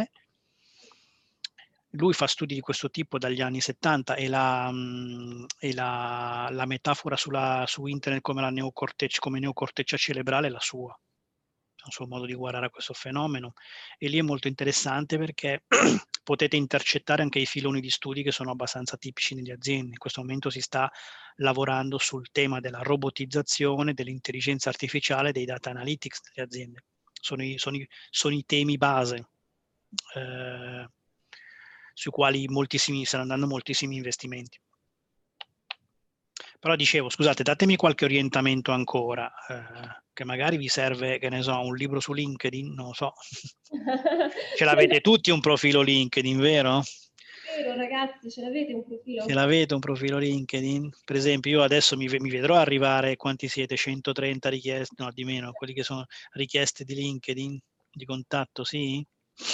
Lui fa studi di questo tipo dagli anni settanta, e la, mh, e la, la metafora sulla, su internet come la neocorteccia, come neocorteccia cerebrale è la sua, è un suo modo di guardare a questo fenomeno, e lì è molto interessante perché potete intercettare anche i filoni di studi che sono abbastanza tipici nelle aziende. In questo momento si sta lavorando sul tema della robotizzazione, dell'intelligenza artificiale, dei data analytics delle aziende. Sono i, sono i, sono i temi base. Eh, sui quali moltissimi, stanno andando moltissimi investimenti. Però dicevo, scusate, datemi qualche orientamento ancora, eh, che magari vi serve, che ne so, un libro su LinkedIn, non lo so. Ce l'avete tutti un profilo LinkedIn, vero? Vero, ragazzi, ce l'avete un profilo? Ce l'avete un profilo LinkedIn? Per esempio, io adesso mi, mi vedrò arrivare, quanti siete? centotrenta richieste, no, di meno, quelli che sono richieste di LinkedIn, di contatto, sì?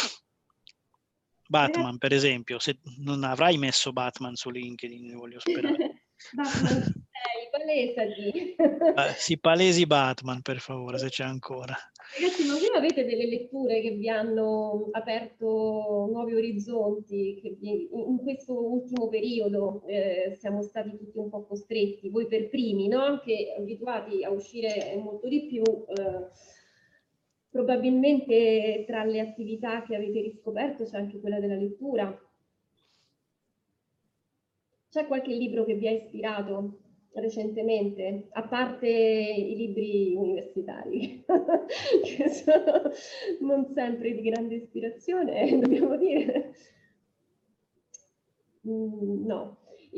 Batman, per esempio, se non avrai messo Batman su LinkedIn, voglio sperare. Batman sei, palesati. Eh, si palesi Batman, per favore, se c'è ancora. Ragazzi, ma voi avete delle letture che vi hanno aperto nuovi orizzonti, che vi, in questo ultimo periodo eh, siamo stati tutti un po' costretti, voi per primi, no? Che abituati a uscire molto di più, eh, probabilmente tra le attività che avete riscoperto c'è anche quella della lettura. C'è qualche libro che vi ha ispirato recentemente, a parte i libri universitari, che sono non sempre di grande ispirazione, dobbiamo dire? Mm, no.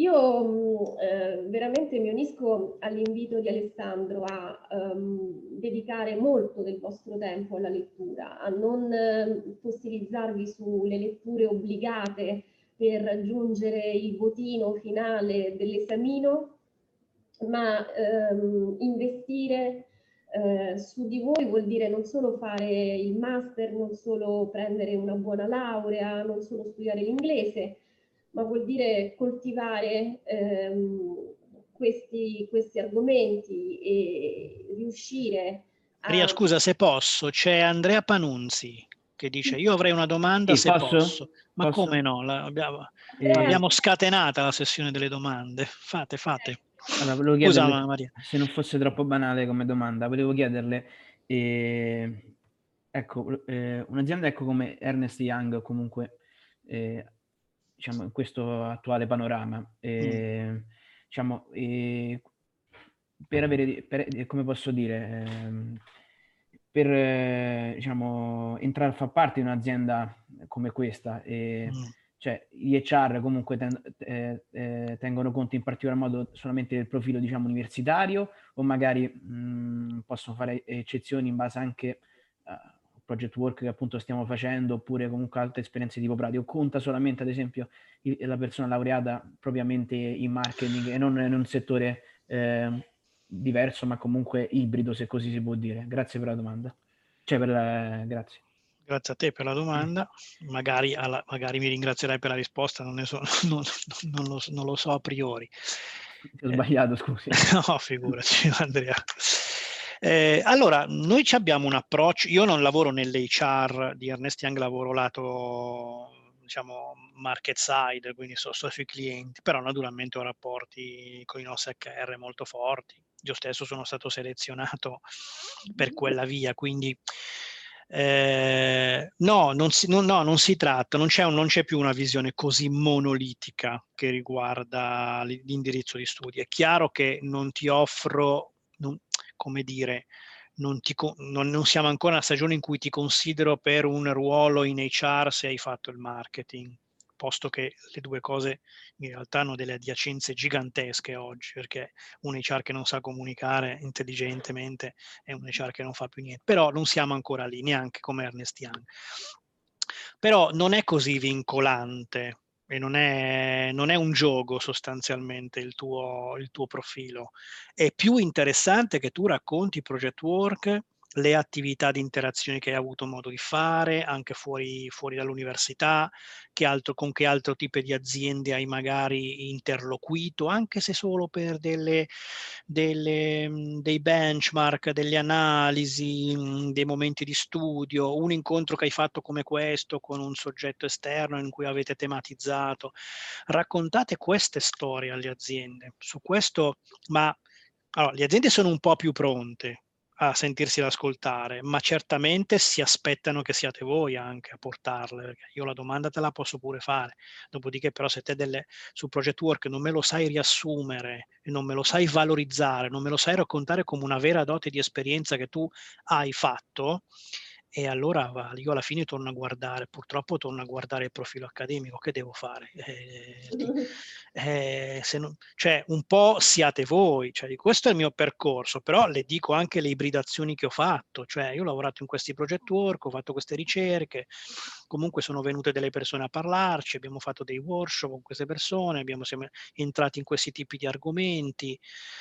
Io eh, veramente mi unisco all'invito di Alessandro a um, dedicare molto del vostro tempo alla lettura, a non eh, fossilizzarvi sulle letture obbligate per raggiungere il votino finale dell'esamino, ma ehm, investire eh, su di voi vuol dire non solo fare il master, non solo prendere una buona laurea, non solo studiare l'inglese, ma vuol dire coltivare ehm, questi, questi argomenti e riuscire a... Maria, scusa, se posso, c'è Andrea Panunzi che dice io avrei una domanda, sì, se posso? posso. Ma posso? come no? La, abbiamo, Eh, abbiamo scatenata la sessione delle domande. Fate, fate. Allora, volevo Scusa, chiederle, Maria. se non fosse troppo banale come domanda, volevo chiederle, eh, ecco, eh, un'azienda ecco, come Ernst Young, comunque, eh, diciamo, in questo attuale panorama, eh, mm. diciamo, eh, per avere, per, come posso dire, eh, per eh, diciamo, entrare a far parte di un'azienda come questa, eh, mm. cioè gli H R comunque ten, eh, eh, tengono conto in particolar modo solamente del profilo diciamo universitario o magari mh, possono fare eccezioni in base anche a project work che appunto stiamo facendo oppure comunque altre esperienze tipo pratica, o conta solamente ad esempio il, la persona laureata propriamente in marketing e non in un settore eh, diverso ma comunque ibrido se così si può dire. Grazie per la domanda. Cioè per la... Grazie. Grazie a te per la domanda, magari, alla, magari mi ringrazierai per la risposta, non, ne so, non, non, lo, non lo so a priori. Ti ho sbagliato, scusi. No, figuraci Andrea. Eh, allora, noi ci abbiamo un approccio, io non lavoro nell'H R di Ernst Young, lavoro lato, diciamo, market side, quindi so, so sui clienti, però naturalmente ho rapporti con i nostri H R molto forti. Io stesso sono stato selezionato per quella via, quindi eh, no, non si, no, no, non si tratta, non c'è, un, non c'è più una visione così monolitica che riguarda l'indirizzo di studi. È chiaro che non ti offro, non, come dire, non, ti, non, non siamo ancora nella stagione in cui ti considero per un ruolo in H R se hai fatto il marketing, posto che le due cose in realtà hanno delle adiacenze gigantesche oggi, perché un H R che non sa comunicare intelligentemente è un H R che non fa più niente, però non siamo ancora lì, neanche come Ernst Young. Però non è così vincolante e non è, non è un gioco sostanzialmente il tuo, il tuo profilo. È più interessante che tu racconti project work, le attività di interazione che hai avuto modo di fare, anche fuori, fuori dall'università, che altro, con che altro tipo di aziende hai magari interloquito, anche se solo per delle, delle, dei benchmark, delle analisi, dei momenti di studio, un incontro che hai fatto come questo con un soggetto esterno in cui avete tematizzato. Raccontate queste storie alle aziende. Su questo, ma allora, le aziende sono un po' più pronte a sentirsi ascoltare, ma certamente si aspettano che siate voi anche a portarle, perché io la domanda te la posso pure fare, dopodiché però se te delle, su project work non me lo sai riassumere e non me lo sai valorizzare, non me lo sai raccontare come una vera dote di esperienza che tu hai fatto, E allora va, io alla fine torno a guardare, purtroppo torno a guardare il profilo accademico, che devo fare? Eh, eh, se non, cioè un po' siate voi, cioè, questo è il mio percorso, però le dico anche le ibridazioni che ho fatto, cioè io ho lavorato in questi project work, ho fatto queste ricerche, comunque sono venute delle persone a parlarci, abbiamo fatto dei workshop con queste persone, abbiamo siamo entrati in questi tipi di argomenti.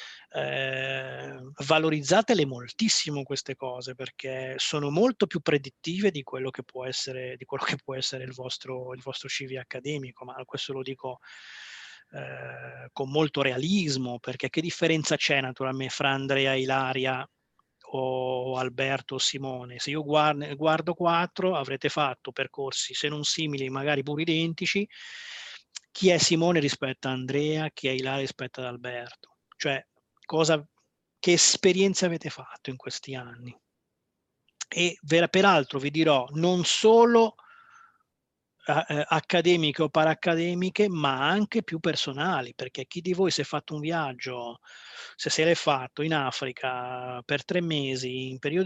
Eh, valorizzatele moltissimo queste cose, perché sono molto più predittive di quello che può essere, di quello che può essere il vostro, il vostro C V accademico, ma questo lo dico eh, con molto realismo, perché che differenza c'è naturalmente fra Andrea, Ilaria o Alberto o Simone? Se io guardo, guardo quattro, avrete fatto percorsi se non simili, magari pure identici. Chi è Simone rispetto a Andrea, chi è Ilaria rispetto ad Alberto? Cioè, cosa, che esperienze avete fatto in questi anni? E vera, peraltro vi dirò, non solo eh, accademiche o paraccademiche, ma anche più personali, perché chi di voi si è fatto un viaggio, se se l'è fatto in Africa per tre mesi in periodo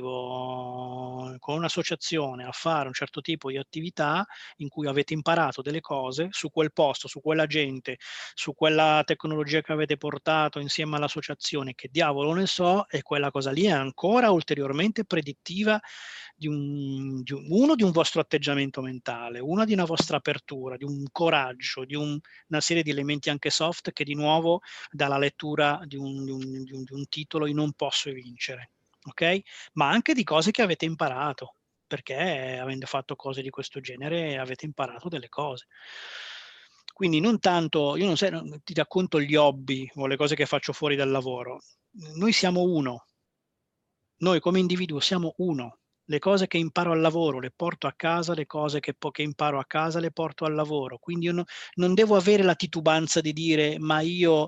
estivo con un'associazione a fare un certo tipo di attività in cui avete imparato delle cose su quel posto, su quella gente, su quella tecnologia che avete portato insieme all'associazione, che diavolo ne so, e quella cosa lì è ancora ulteriormente predittiva di un, di un, uno di un vostro atteggiamento mentale, una di una vostra apertura, di un coraggio, di un, una serie di elementi anche soft che di nuovo dalla lettura di un, di un, di un, di un titolo io non posso vincere, ok? Ma anche di cose che avete imparato, perché avendo fatto cose di questo genere avete imparato delle cose. Quindi non tanto, io non, sei, non ti racconto gli hobby o le cose che faccio fuori dal lavoro, noi siamo uno, noi come individuo siamo uno. Le cose che imparo al lavoro le porto a casa, le cose che, che imparo a casa le porto al lavoro. Quindi io no, non devo avere la titubanza di dire ma io,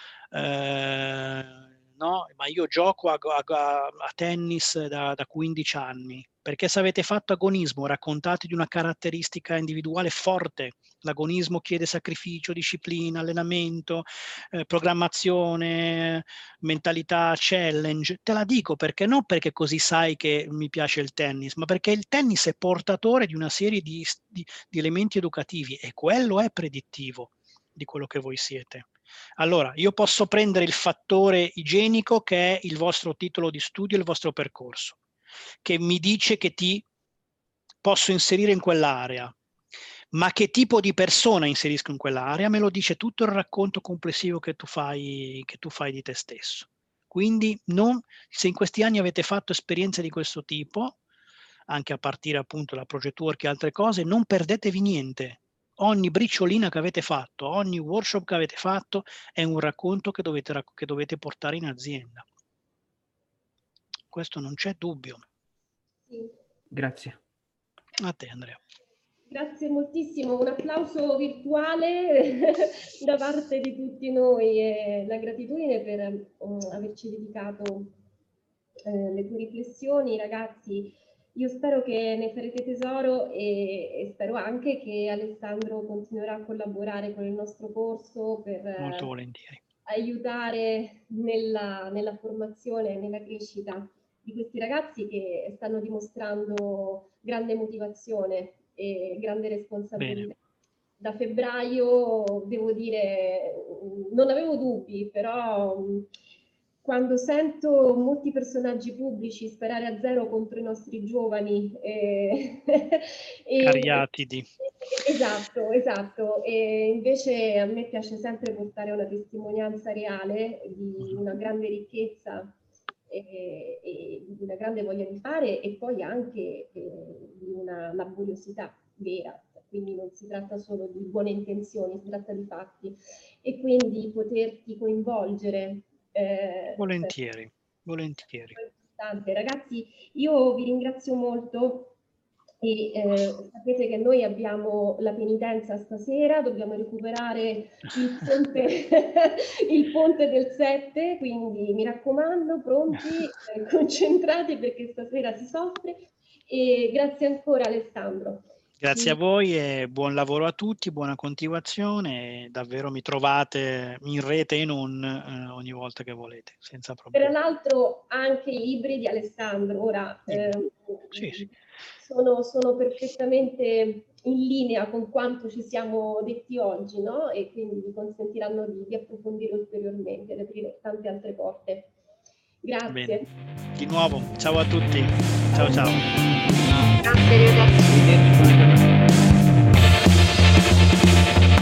eh, no, ma io gioco a, a, a tennis da, da quindici anni. Perché se avete fatto agonismo, raccontate di una caratteristica individuale forte. L'agonismo chiede sacrificio, disciplina, allenamento, eh, programmazione, mentalità challenge. Te la dico perché non perché così sai che mi piace il tennis, ma perché il tennis è portatore di una serie di, di, di elementi educativi e quello è predittivo di quello che voi siete. Allora, io posso prendere il fattore igienico che è il vostro titolo di studio, il vostro percorso, che mi dice che ti posso inserire in quell'area, ma che tipo di persona inserisco in quell'area me lo dice tutto il racconto complessivo che tu fai, che tu fai di te stesso. Quindi non, se in questi anni avete fatto esperienze di questo tipo, anche a partire appunto da project work e altre cose, non perdetevi niente. Ogni briciolina che avete fatto, ogni workshop che avete fatto è un racconto che dovete, che dovete portare in azienda. Questo non c'è dubbio. Sì. Grazie. A te, Andrea. Grazie moltissimo, un applauso virtuale da parte di tutti noi e la gratitudine per um, averci dedicato eh, le tue riflessioni, ragazzi. Io spero che ne farete tesoro e, e spero anche che Alessandro continuerà a collaborare con il nostro corso per Molto volentieri. aiutare nella, nella formazione e nella crescita di questi ragazzi che stanno dimostrando grande motivazione e grande responsabilità. Bene. Da febbraio, devo dire, non avevo dubbi, però quando sento molti personaggi pubblici sparare a zero contro i nostri giovani e, e Cariatidi. esatto, esatto, e invece a me piace sempre portare una testimonianza reale di una grande ricchezza e, e di una grande voglia di fare e poi anche eh, di una laboriosità vera, quindi non si tratta solo di buone intenzioni, si tratta di fatti e quindi poterti coinvolgere. Eh, volentieri, cioè, volentieri. Ragazzi, io vi ringrazio molto. E eh, sapete che noi abbiamo la penitenza stasera, dobbiamo recuperare il ponte, il ponte del sette, quindi mi raccomando, pronti, eh, concentrati perché stasera si soffre. E grazie ancora Alessandro. Grazie a voi e buon lavoro a tutti, buona continuazione. Davvero mi trovate in rete e non eh, ogni volta che volete, senza problemi. Tra l'altro anche i libri di Alessandro, ora eh, sì, sì. Sono, sono perfettamente in linea con quanto ci siamo detti oggi, no? E quindi vi consentiranno di, di approfondire ulteriormente, di aprire tante altre porte. Grazie. Bene. Di nuovo, ciao a tutti. Ciao ciao. Grazie, arrivederci. Arrivederci, buona giornata.